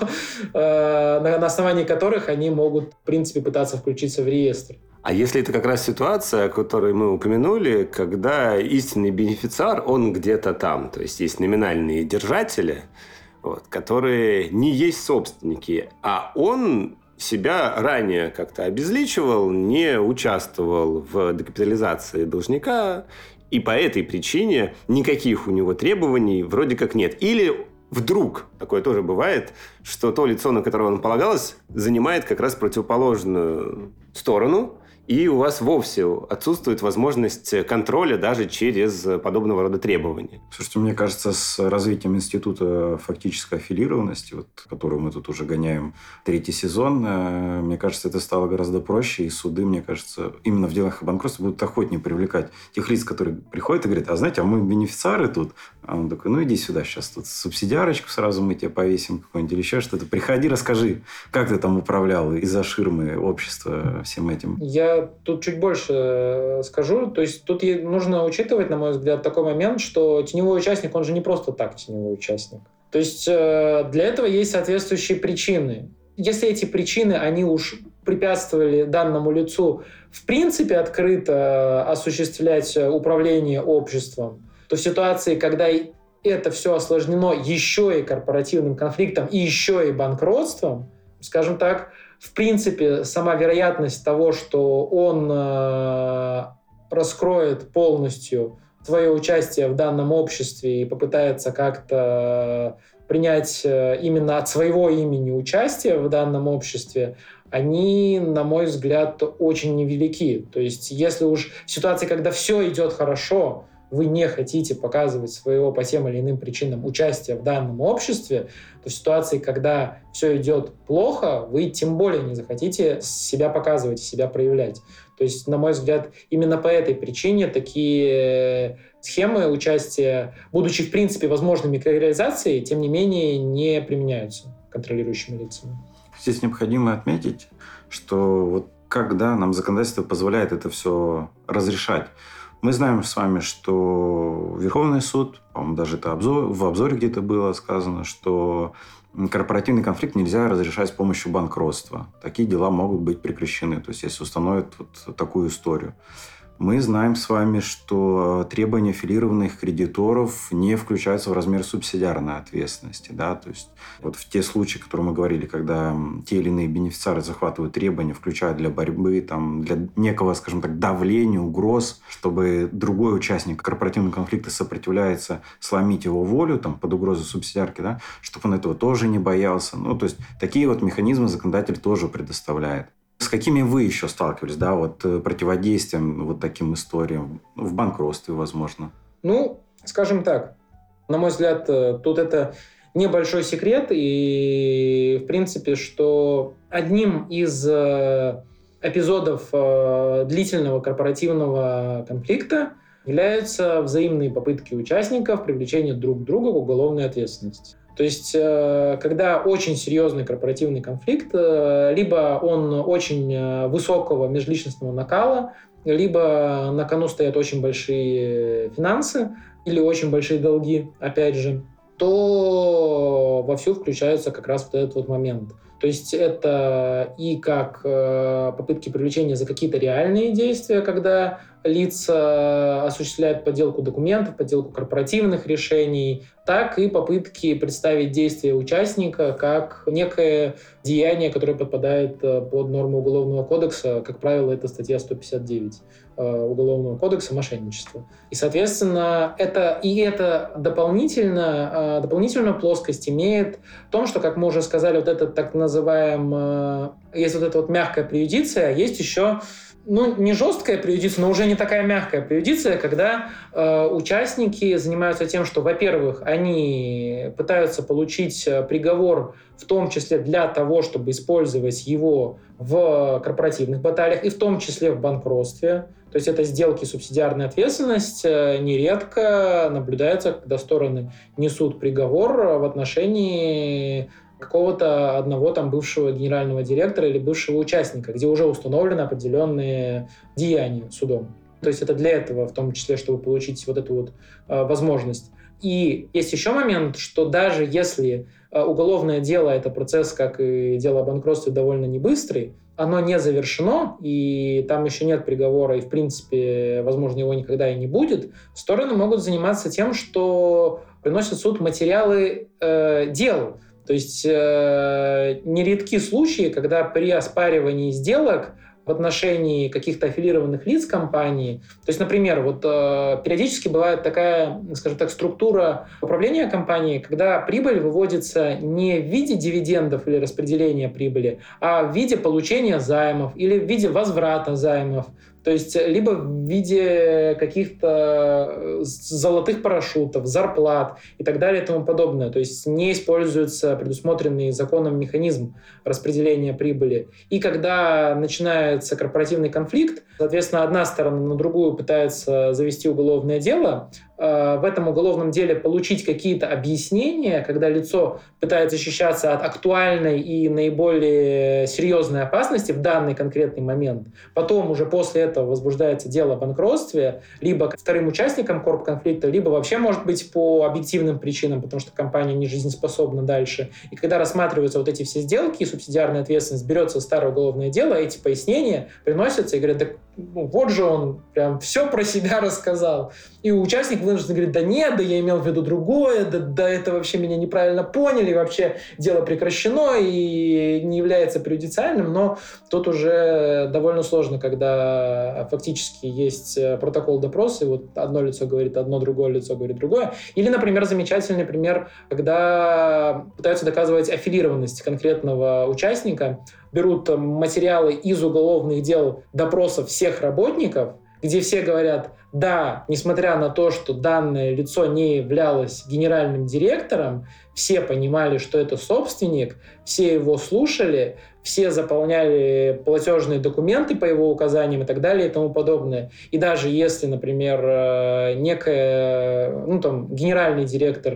э, на, на основании которых они могут, в принципе, пытаться включиться в реестр. А если это как раз ситуация, о которой мы упомянули, когда истинный бенефициар, он где-то там, то есть есть номинальные держатели, вот, которые не есть собственники, а он себя ранее как-то обезличивал, не участвовал в декапитализации должника, и по этой причине никаких у него требований вроде как нет. Или вдруг, такое тоже бывает, что то лицо, на которое он полагалось, занимает как раз противоположную сторону, и у вас вовсе отсутствует возможность контроля даже через подобного рода требования. Слушайте, мне кажется, с развитием института фактической аффилированности, вот, которую мы тут уже гоняем третий сезон, мне кажется, это стало гораздо проще, и суды, мне кажется, именно в делах о банкротстве будут охотнее привлекать тех лиц, которые приходят и говорят, а знаете, а мы бенефициары тут. А он такой, ну иди сюда, сейчас тут субсидиарочку сразу мы тебе повесим какой-нибудь или еще что-то. Приходи, расскажи, как ты там управлял из-за ширмы общества всем этим. Я тут чуть больше скажу. То есть тут нужно учитывать, на мой взгляд, такой момент, что теневой участник, он же не просто так теневой участник. То есть для этого есть соответствующие причины. Если эти причины, они уж препятствовали данному лицу в принципе открыто осуществлять управление обществом, то в ситуации, когда это все осложнено еще и корпоративным конфликтом, и еще и банкротством, скажем так, в принципе, сама вероятность того, что он э, раскроет полностью свое участие в данном обществе и попытается как-то принять именно от своего имени участие в данном обществе, они, на мой взгляд, очень невелики. То есть, если уж в ситуации, когда все идет хорошо, вы не хотите показывать своего по тем или иным причинам участия в данном обществе, то в ситуации, когда все идет плохо, вы тем более не захотите себя показывать, себя проявлять. То есть, на мой взгляд, именно по этой причине такие схемы участия, будучи в принципе возможными к реализации, тем не менее не применяются контролирующими лицами. Здесь необходимо отметить, что вот когда нам законодательство позволяет это все разрешать, мы знаем с вами, что Верховный суд, по-моему, даже это обзор, в обзоре где-то было сказано, что корпоративный конфликт нельзя разрешать с помощью банкротства. Такие дела могут быть прекращены, то есть если установят вот такую историю. Мы знаем с вами, что требования аффилированных кредиторов не включаются в размер субсидиарной ответственности. Да? То есть вот в те случаи, о которых мы говорили, когда те или иные бенефициары захватывают требования, включая для борьбы, там, для некого, скажем так, давления, угроз, чтобы другой участник корпоративного конфликта сопротивляется, сломить его волю там, под угрозой субсидиарки, да? Чтобы он этого тоже не боялся. Ну, то есть такие вот механизмы законодатель тоже предоставляет. С какими вы еще сталкивались, да, вот противодействием вот таким историям в банкротстве, возможно? Ну, скажем так, на мой взгляд, тут это небольшой секрет, и, в принципе, что одним из эпизодов э, длительного корпоративного конфликта являются взаимные попытки участников привлечения друг друга к уголовной ответственности. То есть, э, когда очень серьезный корпоративный конфликт, э, либо он очень высокого межличностного накала, либо на кону стоят очень большие финансы или очень большие долги, опять же, то вовсю включается как раз вот этот вот момент. То есть это и как э, попытки привлечения за какие-то реальные действия, когда лица осуществляют подделку документов, подделку корпоративных решений, так и попытки представить действия участника как некое деяние, которое подпадает под норму Уголовного кодекса. Как правило, это статья сто пятьдесят девять Уголовного кодекса «Мошенничество». И, соответственно, это, и это дополнительно, дополнительную плоскость имеет в том, что, как мы уже сказали, вот это так называемое, есть вот эта вот мягкая преюдиция, есть еще ну, не жесткая преюдиция, но уже не такая мягкая преюдиция, когда э, участники занимаются тем, что, во-первых, они пытаются получить приговор, в том числе для того, чтобы использовать его в корпоративных баталиях, и в том числе в банкротстве. То есть это сделки субсидиарная ответственность. Нередко наблюдается, когда стороны несут приговор в отношении какого-то одного там бывшего генерального директора или бывшего участника, где уже установлены определенные деяния судом. То есть это для этого, в том числе, чтобы получить вот эту вот э, возможность. И есть еще момент, что даже если э, уголовное дело — это процесс, как и дело о банкротстве, довольно не быстрый, оно не завершено, и там еще нет приговора, и, в принципе, возможно, его никогда и не будет, стороны могут заниматься тем, что приносят в суд материалы э, дел. То есть э, нередки случаи, когда при оспаривании сделок в отношении каких-то аффилированных лиц компании, то есть, например, вот э, периодически бывает такая, скажем так, структура управления компанией, когда прибыль выводится не в виде дивидендов или распределения прибыли, а в виде получения займов или в виде возврата займов. То есть либо в виде каких-то золотых парашютов, зарплат и так далее и тому подобное. То есть не используется предусмотренный законом механизм распределения прибыли. И когда начинается корпоративный конфликт, соответственно, одна сторона на другую пытается завести уголовное дело, в этом уголовном деле получить какие-то объяснения, когда лицо пытается защищаться от актуальной и наиболее серьезной опасности в данный конкретный момент. Потом уже после этого возбуждается дело о банкротстве, либо вторым участником корпконфликта, либо вообще, может быть, по объективным причинам, потому что компания не жизнеспособна дальше. И когда рассматриваются вот эти все сделки и субсидиарная ответственность, берется старое уголовное дело, эти пояснения приносятся и говорят, да ну, вот же он прям все про себя рассказал. И участник вынужден говорить, да нет, да я имел в виду другое, да, да это вообще меня неправильно поняли, вообще дело прекращено и не является преюдициальным, но тут уже довольно сложно, когда фактически есть протокол допроса, и вот одно лицо говорит одно, другое лицо говорит другое. Или, например, замечательный пример, когда пытаются доказывать аффилированность конкретного участника, берут материалы из уголовных дел допросов всех работников, где все говорят, да, несмотря на то, что данное лицо не являлось генеральным директором, все понимали, что это собственник, все его слушали, все заполняли платежные документы по его указаниям и так далее и тому подобное. И даже если, например, некая, ну, там, генеральный директор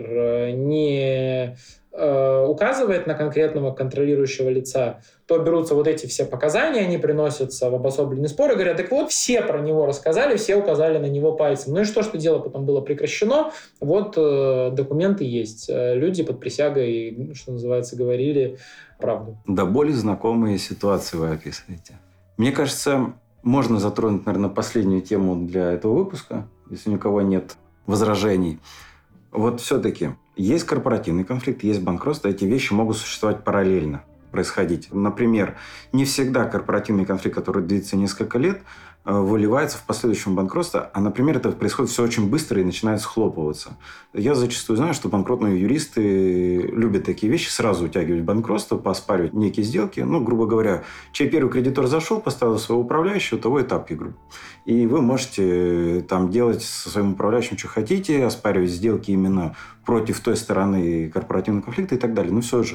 не указывает на конкретного контролирующего лица, то берутся вот эти все показания, они приносятся в обособленный спор и говорят, так вот, все про него рассказали, все указали на него пальцем. Ну и что, что дело потом было прекращено? Вот э, документы есть. Люди под присягой, что называется, говорили правду. Да, более знакомые ситуации вы описываете. Мне кажется, можно затронуть, наверное, последнюю тему для этого выпуска, если ни у кого нет возражений. Вот все-таки есть корпоративный конфликт, есть банкротство, эти вещи могут существовать параллельно, происходить. Например, не всегда корпоративный конфликт, который длится несколько лет, выливается в последующем банкротство, а, например, это происходит все очень быстро и начинает схлопываться. Я зачастую знаю, что банкротные юристы любят такие вещи, сразу утягивать банкротство, поспаривать некие сделки. Ну, грубо говоря, чей первый кредитор зашел, поставил своего управляющего, того этап игры. И вы можете там делать со своим управляющим, что хотите, оспаривать сделки именно против той стороны корпоративного конфликта и так далее. Но все же,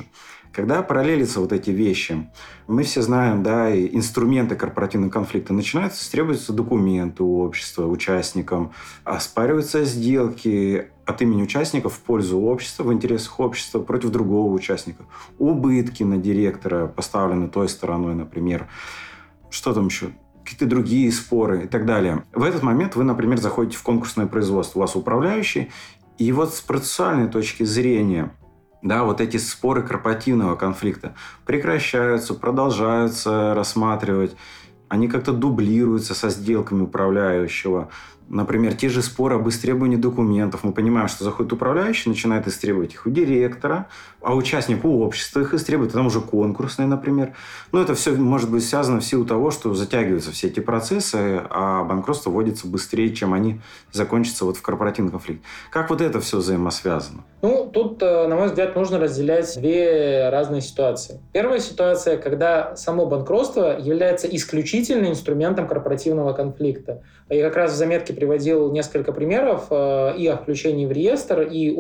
Когда параллелятся вот эти вещи, мы все знаем, да, и инструменты корпоративного конфликта, начинаются требуются документы у общества, участникам, оспариваются сделки от имени участников в пользу общества, в интересах общества против другого участника. Убытки на директора поставлены той стороной, например. Что там еще? Какие-то другие споры и так далее. В этот момент вы, например, заходите в конкурсное производство, у вас управляющий, и вот с процессуальной точки зрения, да, вот эти споры корпоративного конфликта прекращаются, продолжаются рассматривать, они как-то дублируются со сделками управляющего. Например, те же споры об истребовании документов. Мы понимаем, что заходит управляющий, начинает истребовать их у директора, а участник у общества их истребует, там уже конкурсные, например. Но это все может быть связано в силу того, что затягиваются все эти процессы, а банкротство вводится быстрее, чем они закончатся вот в корпоративном конфликте. Как вот это все взаимосвязано? Ну, тут, на мой взгляд, нужно разделять две разные ситуации. Первая ситуация, когда само банкротство является исключительно инструментом корпоративного конфликта. Я как раз в заметке приводил несколько примеров и о включении в реестр, и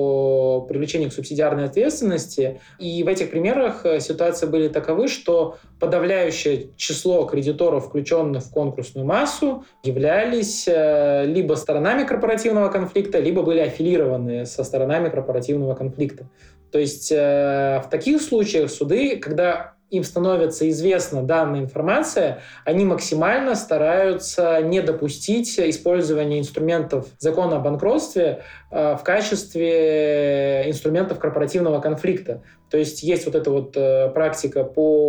о привлечении к субсидиарной ответственности. И в этих примерах ситуации были таковы, что подавляющее число кредиторов, включенных в конкурсную массу, являлись либо сторонами корпоративного конфликта, либо были аффилированы со сторонами корпоративного конфликта. То есть в таких случаях суды, когда им становится известна данная информация, они максимально стараются не допустить использования инструментов закона о банкротстве э, в качестве инструментов корпоративного конфликта. То есть есть вот эта вот э, практика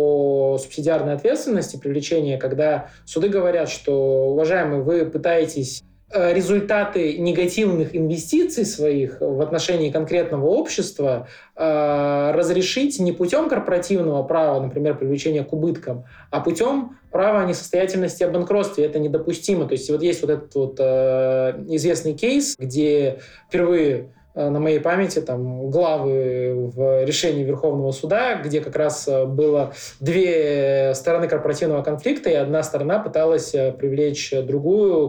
по субсидиарной ответственности, привлечения, когда суды говорят, что, уважаемые, вы пытаетесь результаты негативных инвестиций своих в отношении конкретного общества э, разрешить не путем корпоративного права, например, привлечения к убыткам, а путем права о несостоятельности о банкротстве. Это недопустимо. То есть вот есть вот этот вот э, известный кейс, где впервые на моей памяти там главы в решении Верховного суда, где как раз было две стороны корпоративного конфликта, и одна сторона пыталась привлечь другую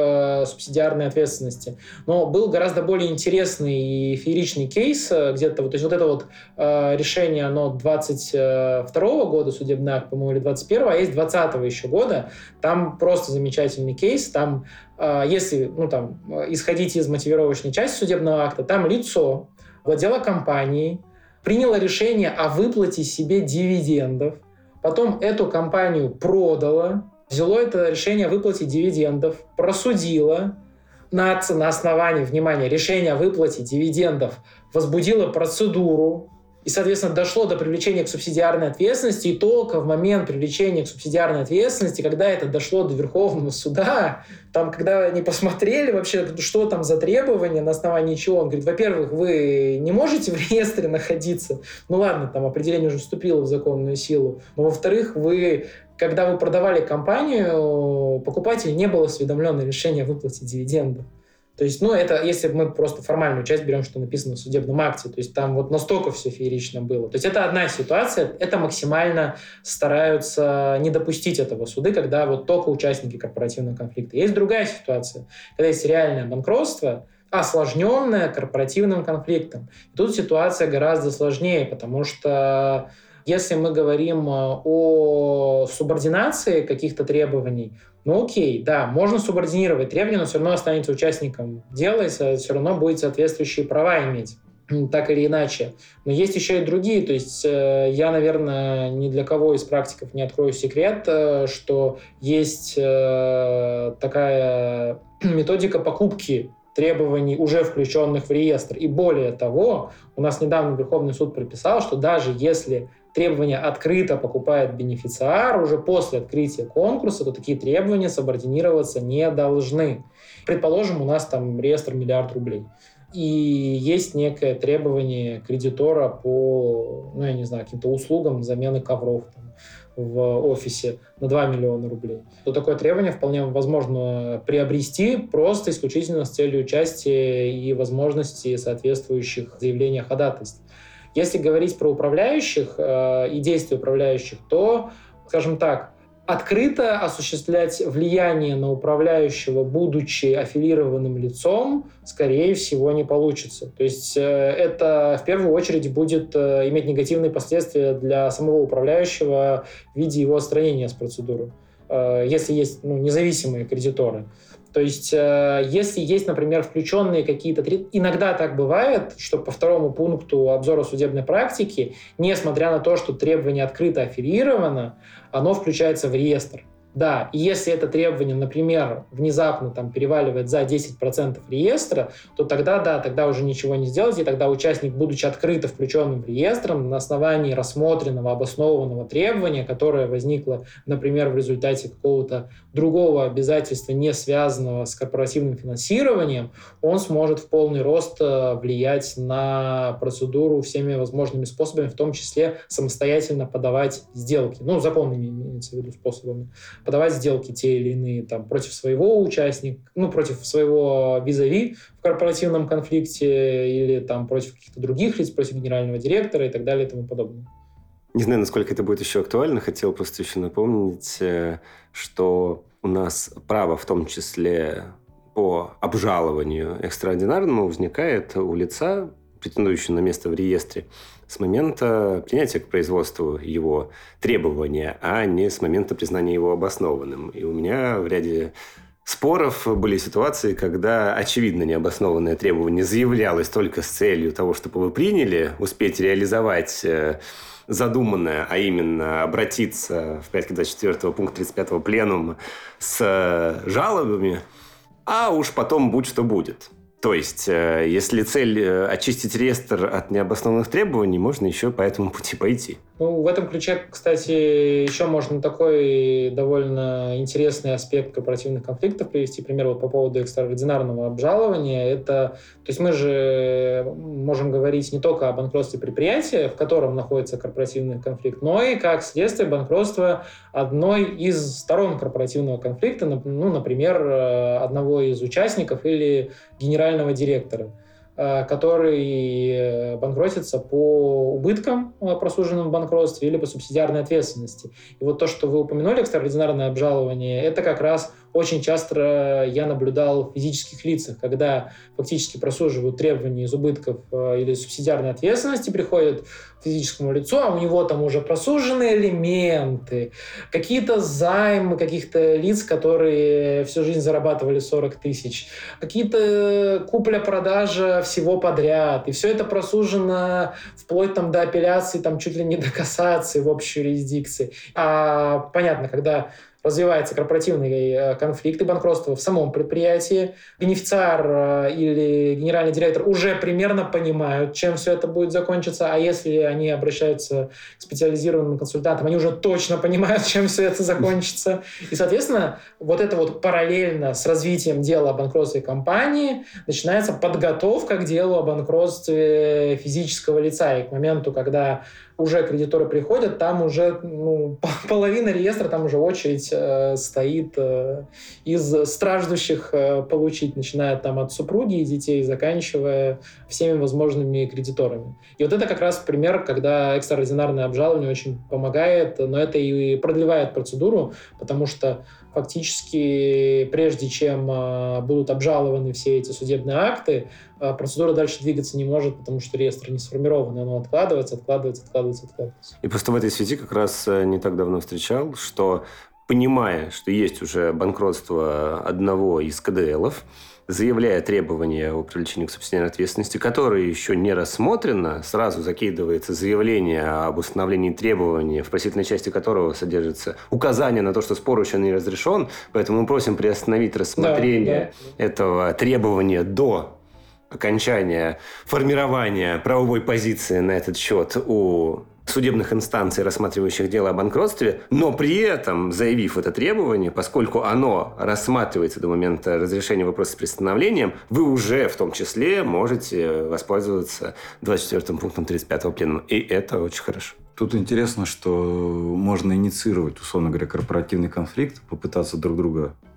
к субсидиарной ответственности. Но был гораздо более интересный и фееричный кейс, где-то вот, то есть вот это вот э, решение, оно двадцать второго года, судебный акт, по-моему, или двадцать первого, а есть двадцатого еще года. Там просто замечательный кейс, там если ну, там, исходить из мотивировочной части судебного акта, там лицо владело компанией, приняло решение о выплате себе дивидендов, потом эту компанию продало, взяло это решение о выплате дивидендов, просудило, на, на основании, внимания, решения о выплате дивидендов возбудило процедуру, и, соответственно, дошло до привлечения к субсидиарной ответственности, и только в момент привлечения к субсидиарной ответственности, когда это дошло до Верховного суда, там, когда они посмотрели вообще, что там за требования, на основании чего, он говорит, во-первых, вы не можете в реестре находиться, ну ладно, там определение уже вступило в законную силу, но, во-вторых, вы, когда вы продавали компанию, покупатель не был осведомлен о решении о выплате дивидендов. То есть, ну, это если мы просто формальную часть берем, что написано в судебном акте, то есть там вот настолько все феерично было. То есть это одна ситуация, это максимально стараются не допустить этого суды, когда вот только участники корпоративного конфликта. Есть другая ситуация, когда есть реальное банкротство, осложненное корпоративным конфликтом. И тут ситуация гораздо сложнее, потому что если мы говорим о субординации каких-то требований, ну окей, да, можно субординировать требования, но все равно останется участником дела и все равно будет соответствующие права иметь, так или иначе. Но есть еще и другие, то есть я, наверное, ни для кого из практиков не открою секрет, что есть такая методика покупки требований, уже включенных в реестр. И более того, у нас недавно Верховный суд прописал, что даже если требования открыто покупает бенефициар, уже после открытия конкурса, то такие требования субординироваться не должны. Предположим, у нас там реестр миллиард рублей. И есть некое требование кредитора по, ну, я не знаю, каким-то услугам замены ковров там в офисе на два миллиона рублей. То такое требование вполне возможно приобрести просто исключительно с целью участия и возможности соответствующих заявлений о ходатайстве. Если говорить про управляющих э, и действия управляющих, то, скажем так, открыто осуществлять влияние на управляющего, будучи аффилированным лицом, скорее всего, не получится. То есть это в первую очередь будет иметь негативные последствия для самого управляющего в виде его отстранения с процедуры, если есть ну, независимые кредиторы. То есть, если есть, например, включенные какие-то... Иногда так бывает, что по второму пункту обзора судебной практики, несмотря на то, что требование открыто аффилировано, оно включается в реестр. Да, и если это требование, например, внезапно там, переваливает за десять процентов реестра, то тогда, да, тогда уже ничего не сделать, и тогда участник, будучи открыто включенным в реестр, на основании рассмотренного, обоснованного требования, которое возникло, например, в результате какого-то другого обязательства, не связанного с корпоративным финансированием, он сможет в полный рост влиять на процедуру всеми возможными способами, в том числе самостоятельно подавать сделки. Ну, законными имеется в виду способами. Подавать сделки те или иные там, против своего участника, ну, против своего визави в корпоративном конфликте или там, против каких-то других лиц, против генерального директора и так далее и тому подобное. Не знаю, насколько это будет еще актуально. Хотел просто еще напомнить, что у нас право, в том числе по обжалованию экстраординарному, возникает у лица, претендующего на место в реестре, с момента принятия к производству его требования, а не с момента признания его обоснованным. И у меня в ряде споров были ситуации, когда очевидно необоснованное требование заявлялось только с целью того, чтобы вы приняли, успеть реализовать задуманное, а именно обратиться в порядке двадцать четвёртого пункта тридцать пятого пленума с жалобами, а уж потом будь что будет. То есть, если цель очистить реестр от необоснованных требований, можно еще по этому пути пойти. Ну, в этом ключе, кстати, еще можно такой довольно интересный аспект корпоративных конфликтов привести. Пример вот по поводу экстраординарного обжалования. Это, то есть мы же можем говорить не только о банкротстве предприятия, в котором находится корпоративный конфликт, но и как следствие банкротства одной из сторон корпоративного конфликта, ну, например, одного из участников или генерального директора, который банкротится по убыткам, просуженным в банкротстве, или по субсидиарной ответственности. И вот то, что вы упомянули, экстраординарное обжалование, это как раз очень часто я наблюдал в физических лицах, когда фактически просуживают требования из убытков или субсидиарной ответственности, приходят к физическому лицу, а у него там уже просужены элементы, какие-то займы каких-то лиц, которые всю жизнь зарабатывали сорок тысяч, какие-то купля-продажа всего подряд. И все это просужено вплоть там, до апелляции, там, чуть ли не до кассации в общей юрисдикции. А понятно, когда развивается корпоративный конфликт и банкротство в самом предприятии, бенефициар или генеральный директор уже примерно понимают, чем все это будет закончиться, а если они обращаются к специализированным консультантам, они уже точно понимают, чем все это закончится. И, соответственно, вот это вот параллельно с развитием дела о банкротстве компании начинается подготовка к делу о банкротстве физического лица. И к моменту, когда уже кредиторы приходят, там уже ну, половина реестра, там уже очередь э, стоит э, из страждущих э, получить, начиная там от супруги и детей, заканчивая всеми возможными кредиторами. И вот это как раз пример, когда экстраординарное обжалование очень помогает, но это и продлевает процедуру, потому что фактически, прежде чем э, будут обжалованы все эти судебные акты, э, процедура дальше двигаться не может, потому что реестр не сформирован, и оно откладывается, откладывается, откладывается, откладывается. И просто в этой связи как раз не так давно встречал, что, понимая, что есть уже банкротство одного из ка дэ элов, заявляя требования о привлечении к субсидиарной ответственности, которое еще не рассмотрено, сразу закидывается заявление об установлении требования, в просительной части которого содержится указание на то, что спор еще не разрешен, поэтому мы просим приостановить рассмотрение да, да. этого требования до окончания формирования правовой позиции на этот счет у судебных инстанций, рассматривающих дело о банкротстве, но при этом, заявив это требование, поскольку оно рассматривается до момента разрешения вопроса с приостановлением, вы уже в том числе можете воспользоваться двадцать четвёртым пунктом тридцать пятого пленума. И это очень хорошо. Тут интересно, что можно инициировать, условно говоря, корпоративный конфликт, попытаться друг друга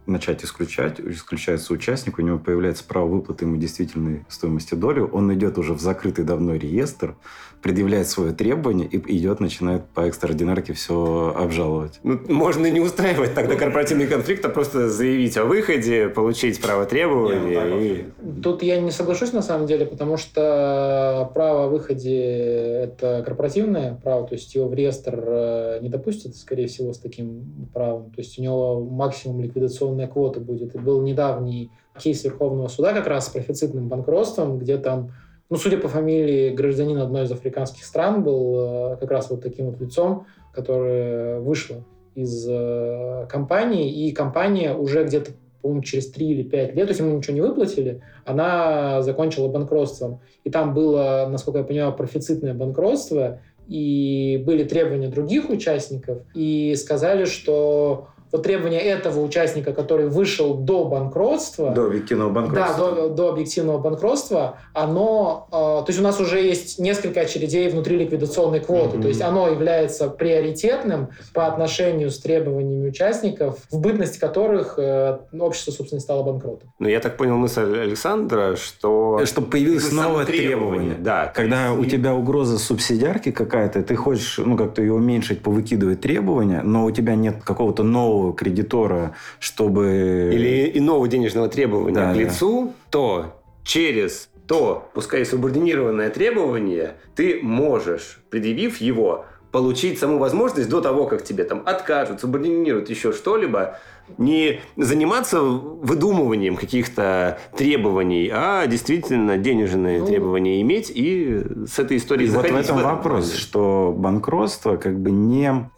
начать исключать, исключается участник, у него появляется право выплаты ему действительной стоимости доли, он идет уже в закрытый давно реестр, предъявляет свое требование и идет, начинает по экстраординарке все обжаловать. Ну, можно и не устраивать тогда корпоративный конфликт, а просто заявить о выходе, получить право требования. И... Тут я не соглашусь на самом деле, потому что право о выходе – это корпоративное право, то есть его в реестр не допустят, скорее всего, с таким правом. То есть у него максимум ликвидационная квота будет. И был недавний кейс Верховного суда как раз с профицитным банкротством, где там, ну, судя по фамилии, гражданин одной из африканских стран был как раз вот таким вот лицом, которое вышло из компании, и компания уже где-то, по-моему, через три или пять лет, то есть ему ничего не выплатили, она закончила банкротством. И там было, насколько я понимаю, профицитное банкротство, и были требования других участников, и сказали, что вот требование этого участника, который вышел до банкротства... До объективного банкротства. Да, до, до объективного банкротства, оно... Э, то есть у нас уже есть несколько очередей внутри ликвидационной квоты. Mm-hmm. То есть оно является приоритетным по отношению с требованиями участников, в бытность которых э, общество, собственно, стало банкротом. Ну, я так понял мысль Александра, что... Чтобы появилось новое требование. требование. Да, когда у тебя угроза субсидиарки какая-то, ты хочешь, ну, как-то ее уменьшить, повыкидывать требования, но у тебя нет какого-то нового кредитора, чтобы... Или иного денежного требования да, к лицу, да. то через то, пускай субординированное требование, ты можешь, предъявив его, получить саму возможность до того, как тебе там откажут, субординируют еще что-либо, не заниматься выдумыванием каких-то требований, а действительно денежные ну, требования иметь и с этой историей заходить. Вот в этом в вопрос, момент. Что банкротство как бы не,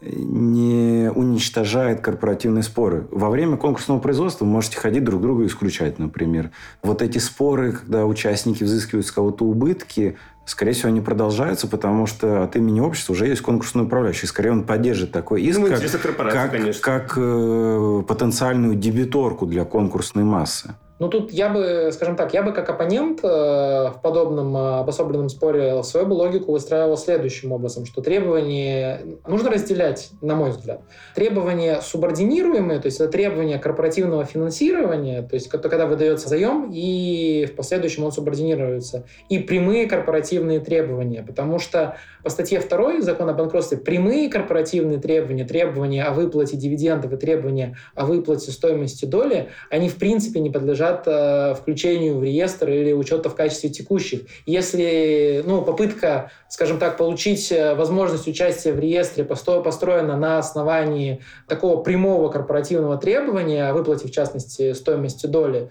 не уничтожает корпоративные споры. Во время конкурсного производства вы можете ходить друг друга исключать, например. Вот эти споры, когда участники взыскивают с кого-то убытки, скорее всего, они продолжаются, потому что от имени общества уже есть конкурсный управляющий. Скорее, он поддержит такой иск, ну, как, как, как э, потенциальную дебиторку для конкурсной массы. Ну, тут я бы, скажем так, я бы как оппонент э, в подобном э, обособленном споре свою бы логику выстраивал следующим образом, что требования нужно разделять, на мой взгляд. Требования субординируемые, то есть это требования корпоративного финансирования, то есть когда выдается заем и в последующем он субординируется, и прямые корпоративные требования, потому что по статье второй Закона о банкротстве прямые корпоративные требования, требования о выплате дивидендов и требования о выплате стоимости доли, они в принципе не подлежат включению в реестр или учета в качестве текущих. Если ну, попытка, скажем так, получить возможность участия в реестре построена на основании такого прямого корпоративного требования о выплате, в частности, стоимости доли,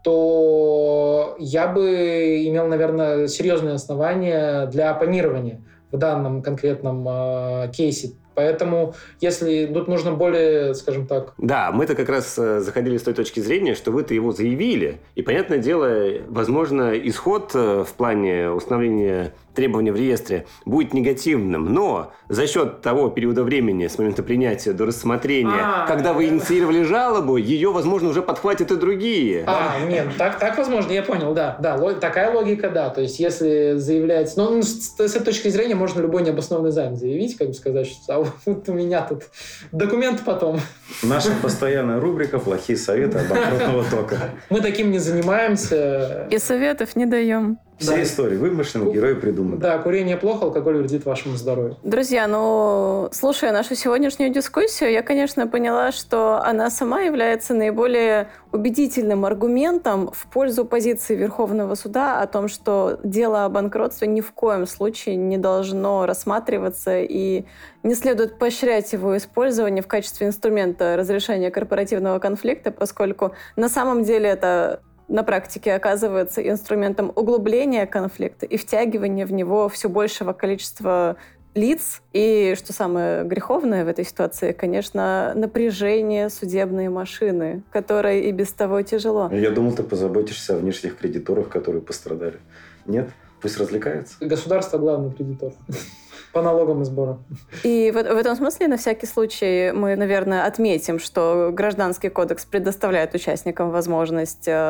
то я бы имел, наверное, серьезные основания для оппонирования в данном конкретном э, кейсе. Поэтому, если тут нужно более, скажем так... Да, мы-то как раз заходили с той точки зрения, что вы-то его заявили. И, понятное дело, возможно, исход в плане установления требований в реестре будет негативным. Но за счет того периода времени с момента принятия до рассмотрения, а, когда вы инициировали жалобу, ее, возможно, уже подхватят и другие. А, нет, так, так возможно, я понял, да. да лог, такая логика, да. То есть, если заявлять... Ну, с, с этой точки зрения можно любой необоснованный займ заявить, как бы сказать, что а вот у меня тут документ потом. Наша постоянная рубрика «Плохие советы от банкротного тока». Мы таким не занимаемся. И советов не даем. Все да. истории вымышлены, герои придуманы. Да, курение плохо, алкоголь вредит вашему здоровью. Друзья, ну, слушая нашу сегодняшнюю дискуссию, я, конечно, поняла, что она сама является наиболее убедительным аргументом в пользу позиции Верховного суда о том, что дело о банкротстве ни в коем случае не должно рассматриваться и не следует поощрять его использование в качестве инструмента разрешения корпоративного конфликта, поскольку на самом деле это на практике оказывается инструментом углубления конфликта и втягивания в него все большего количества лиц. И, что самое греховное в этой ситуации, конечно, напряжение судебной машины, которой и без того тяжело. Я думал, ты позаботишься о внешних кредиторах, которые пострадали. Нет? Пусть развлекаются. Государство главный кредитор. По налогам и сборам. И в, в этом смысле, на всякий случай, мы, наверное, отметим, что Гражданский кодекс предоставляет участникам возможность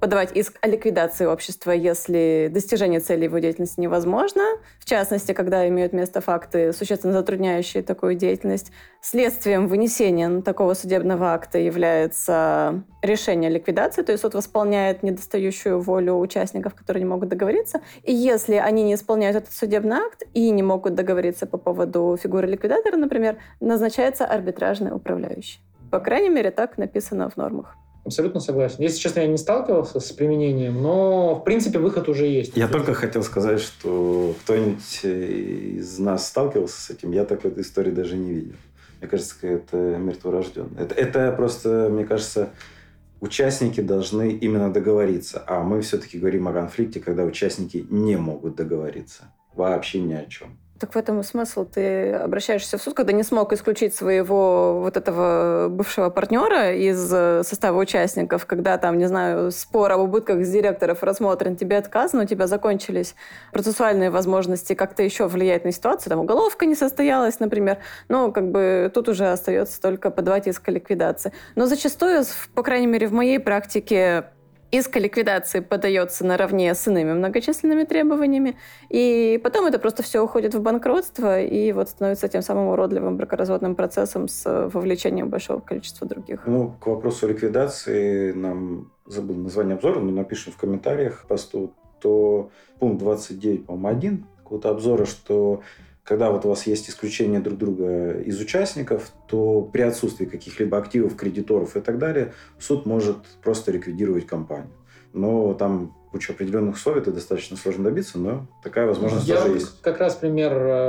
подавать иск о ликвидации общества, если достижение цели его деятельности невозможно. В частности, когда имеют место факты, существенно затрудняющие такую деятельность. Следствием вынесения такого судебного акта является решение о ликвидации, то есть суд восполняет недостающую волю участников, которые не могут договориться. И если они не исполняют этот судебный акт и не могут договориться по поводу фигуры ликвидатора, например, назначается арбитражный управляющий. По крайней мере, так написано в нормах. Абсолютно согласен. Если честно, я не сталкивался с применением, но, в принципе, выход уже есть. Я только хотел сказать, что кто-нибудь из нас сталкивался с этим, я такой истории даже не видел. Мне кажется, это мертворожденное. Это, это просто, мне кажется, участники должны именно договориться. А мы все-таки говорим о конфликте, когда участники не могут договориться. Вообще ни о чем. Так в этом и смысл. Ты обращаешься в суд, когда не смог исключить своего вот этого бывшего партнера из состава участников, когда там, не знаю, спор об убытках с директоров рассмотрен, тебе отказано, у тебя закончились процессуальные возможности как-то еще влиять на ситуацию, там уголовка не состоялась, например. Ну, как бы тут уже остается только подавать иск о ликвидации. Но зачастую, по крайней мере, в моей практике, иск о ликвидации подается наравне с иными многочисленными требованиями, и потом это просто все уходит в банкротство и вот становится тем самым уродливым бракоразводным процессом с вовлечением большого количества других. Ну, к вопросу о ликвидации, нам забыл название обзора, но напишем в комментариях к посту, то пункт двадцать девять, по-моему, один какого-то обзора, что когда вот у вас есть исключение друг друга из участников, то при отсутствии каких-либо активов, кредиторов и так далее, суд может просто ликвидировать компанию. Но там куча определенных условий, это достаточно сложно добиться, но такая возможность Я тоже вот есть. Как раз пример,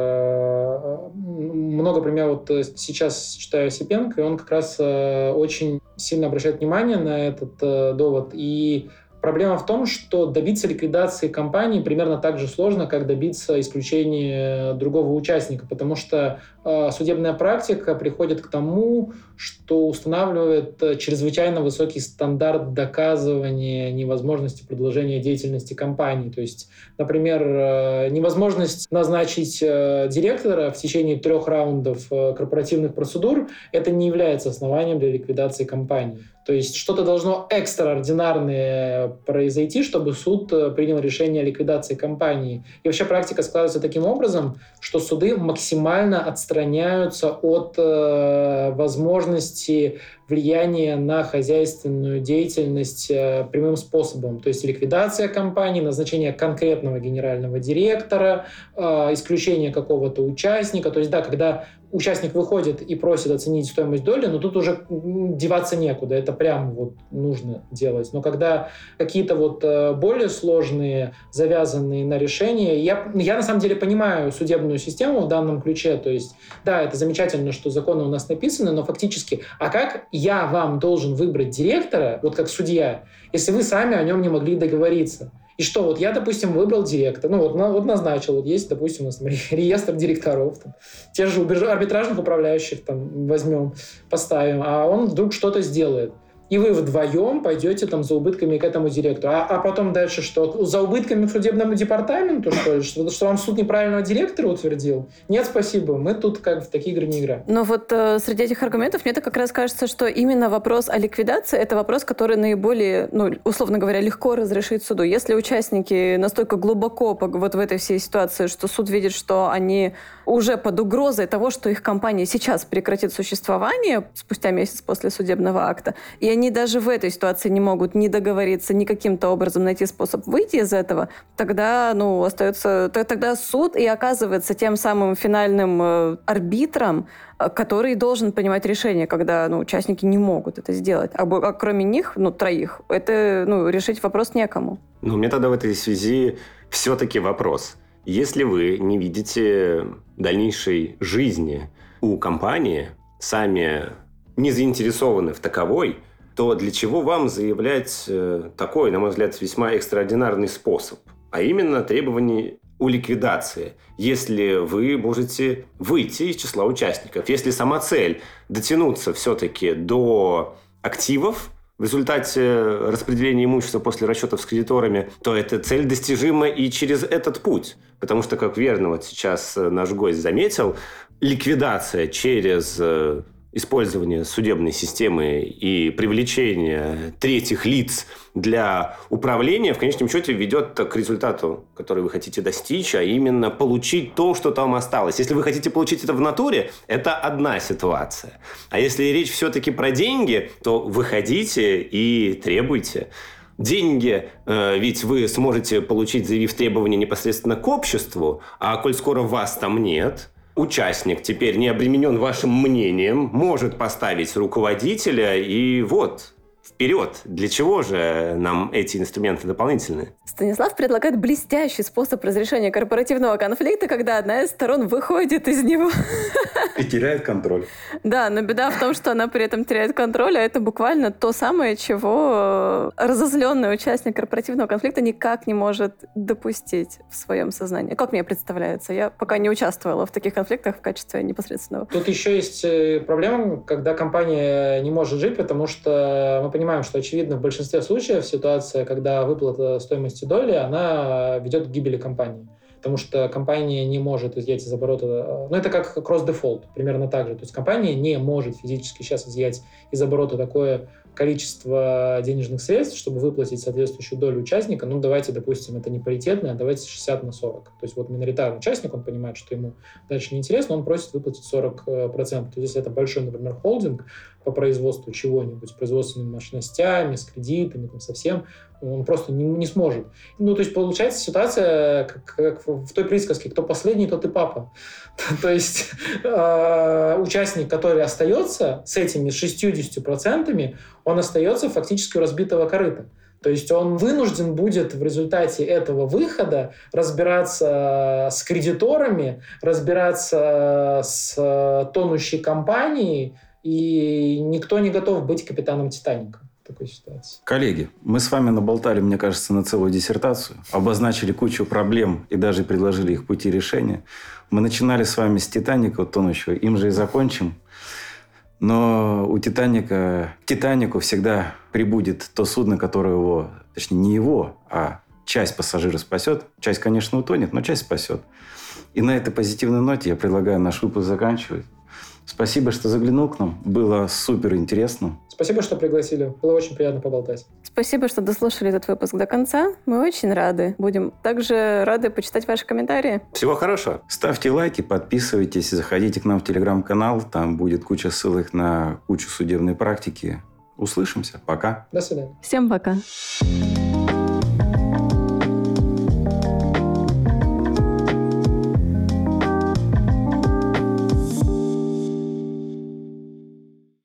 много примеров, вот сейчас читаю Осипенко, и он как раз очень сильно обращает внимание на этот довод. И проблема в том, что добиться ликвидации компании примерно так же сложно, как добиться исключения другого участника, потому что э, судебная практика приходит к тому, что устанавливает чрезвычайно высокий стандарт доказывания невозможности продолжения деятельности компании. То есть, например, э, невозможность назначить э, директора в течение трех раундов э, корпоративных процедур — это не является основанием для ликвидации компании. То есть что-то должно экстраординарное произойти, чтобы суд принял решение о ликвидации компании. И вообще практика складывается таким образом, что суды максимально отстраняются от э, возможности влияния на хозяйственную деятельность э, прямым способом. То есть ликвидация компании, назначение конкретного генерального директора, э, исключение какого-то участника. То есть да, когда участник выходит и просит оценить стоимость доли, но тут уже деваться некуда, это прямо вот нужно делать. Но когда какие-то вот более сложные, завязанные на решения, я, я на самом деле понимаю судебную систему в данном ключе, то есть да, это замечательно, что законы у нас написаны, но фактически, а как я вам должен выбрать директора, вот как судья, если вы сами о нем не могли договориться? И что, вот я, допустим, выбрал директора, ну вот, на, вот назначил, вот есть, допустим, у нас там, реестр директоров, там, те же арбитражных управляющих там возьмем, поставим, а он вдруг что-то сделает. И вы вдвоем пойдете там за убытками к этому директору. А, а потом дальше что? За убытками к судебному департаменту, что ли? Что, что вам суд неправильного директора утвердил? Нет, спасибо. Мы тут как в такие игры не играем. Но вот э, среди этих аргументов мне-то как раз кажется, что именно вопрос о ликвидации — это вопрос, который наиболее, ну, условно говоря, легко разрешить суду. Если участники настолько глубоко вот в этой всей ситуации, что суд видит, что они уже под угрозой того, что их компания сейчас прекратит существование спустя месяц после судебного акта, и они даже в этой ситуации не могут ни договориться, ни каким-то образом найти способ выйти из этого, тогда, ну, остается, тогда суд и оказывается тем самым финальным э, арбитром, который должен принимать решение, когда, ну, участники не могут это сделать. А, а кроме них, ну, троих, это, ну, решить вопрос некому. Ну, у меня тогда в этой связи все-таки вопрос. Если вы не видите дальнейшей жизни у компании, сами не заинтересованы в таковой, то для чего вам заявлять э, такой, на мой взгляд, весьма экстраординарный способ, а именно требование о ликвидации, если вы можете выйти из числа участников, если сама цель дотянуться все-таки до активов в результате распределения имущества после расчетов с кредиторами, то эта цель достижима и через этот путь. Потому что, как верно вот сейчас наш гость заметил, ликвидация через использование судебной системы и привлечение третьих лиц для управления в конечном счете ведет к результату, который вы хотите достичь, а именно получить то, что там осталось. Если вы хотите получить это в натуре, это одна ситуация. А если речь все-таки про деньги, то выходите и требуйте. Деньги э, ведь вы сможете получить, заявив требования непосредственно к обществу, а коль скоро вас там нет, участник теперь не обременен вашим мнением, может поставить руководителя и вот... Вперед! Для чего же нам эти инструменты дополнительные? Станислав предлагает блестящий способ разрешения корпоративного конфликта, когда одна из сторон выходит из него. И теряет контроль. Да, но беда в том, что она при этом теряет контроль, а это буквально то самое, чего разозленный участник корпоративного конфликта никак не может допустить в своем сознании. Как мне представляется? Я пока не участвовала в таких конфликтах в качестве непосредственного. Тут еще есть проблема, когда компания не может жить, потому что мы понимаем, что, очевидно, в большинстве случаев ситуация, когда выплата стоимости доли, она ведет к гибели компании. Потому что компания не может изъять из оборота... Ну, это как кросс-дефолт, примерно так же. То есть компания не может физически сейчас изъять из оборота такое количество денежных средств, чтобы выплатить соответствующую долю участника. Ну, давайте, допустим, это не паритетное, а давайте шестьдесят на сорок. То есть вот миноритарный участник, он понимает, что ему дальше неинтересно, он просит выплатить сорок процентов. То есть если это большой, например, холдинг по производству чего-нибудь, с производственными мощностями, с кредитами, там, совсем, он просто не, не сможет. Ну, то есть получается ситуация, как, как в той присказке: кто последний, тот и папа. То есть участник, который остается с этими шестьюдесятью процентами, он остается фактически у разбитого корыта. То есть он вынужден будет в результате этого выхода разбираться с кредиторами, разбираться с тонущей компанией, и никто не готов быть капитаном «Титаника» в такой ситуации. Коллеги, мы с вами наболтали, мне кажется, на целую диссертацию, обозначили кучу проблем и даже предложили их пути решения. Мы начинали с вами с «Титаника» тонущего, им же и закончим. Но у «Титаника», к «Титанику» всегда прибудет то судно, которое его, точнее, не его, а часть пассажира спасет. Часть, конечно, утонет, но часть спасет. И на этой позитивной ноте я предлагаю наш выпуск заканчивать. Спасибо, что заглянул к нам. Было супер интересно. Спасибо, что пригласили. Было очень приятно поболтать. Спасибо, что дослушали этот выпуск до конца. Мы очень рады. Будем также рады почитать ваши комментарии. Всего хорошего. Ставьте лайки, подписывайтесь, заходите к нам в телеграм-канал. Там будет куча ссылок на кучу судебной практики. Услышимся. Пока. До свидания. Всем пока.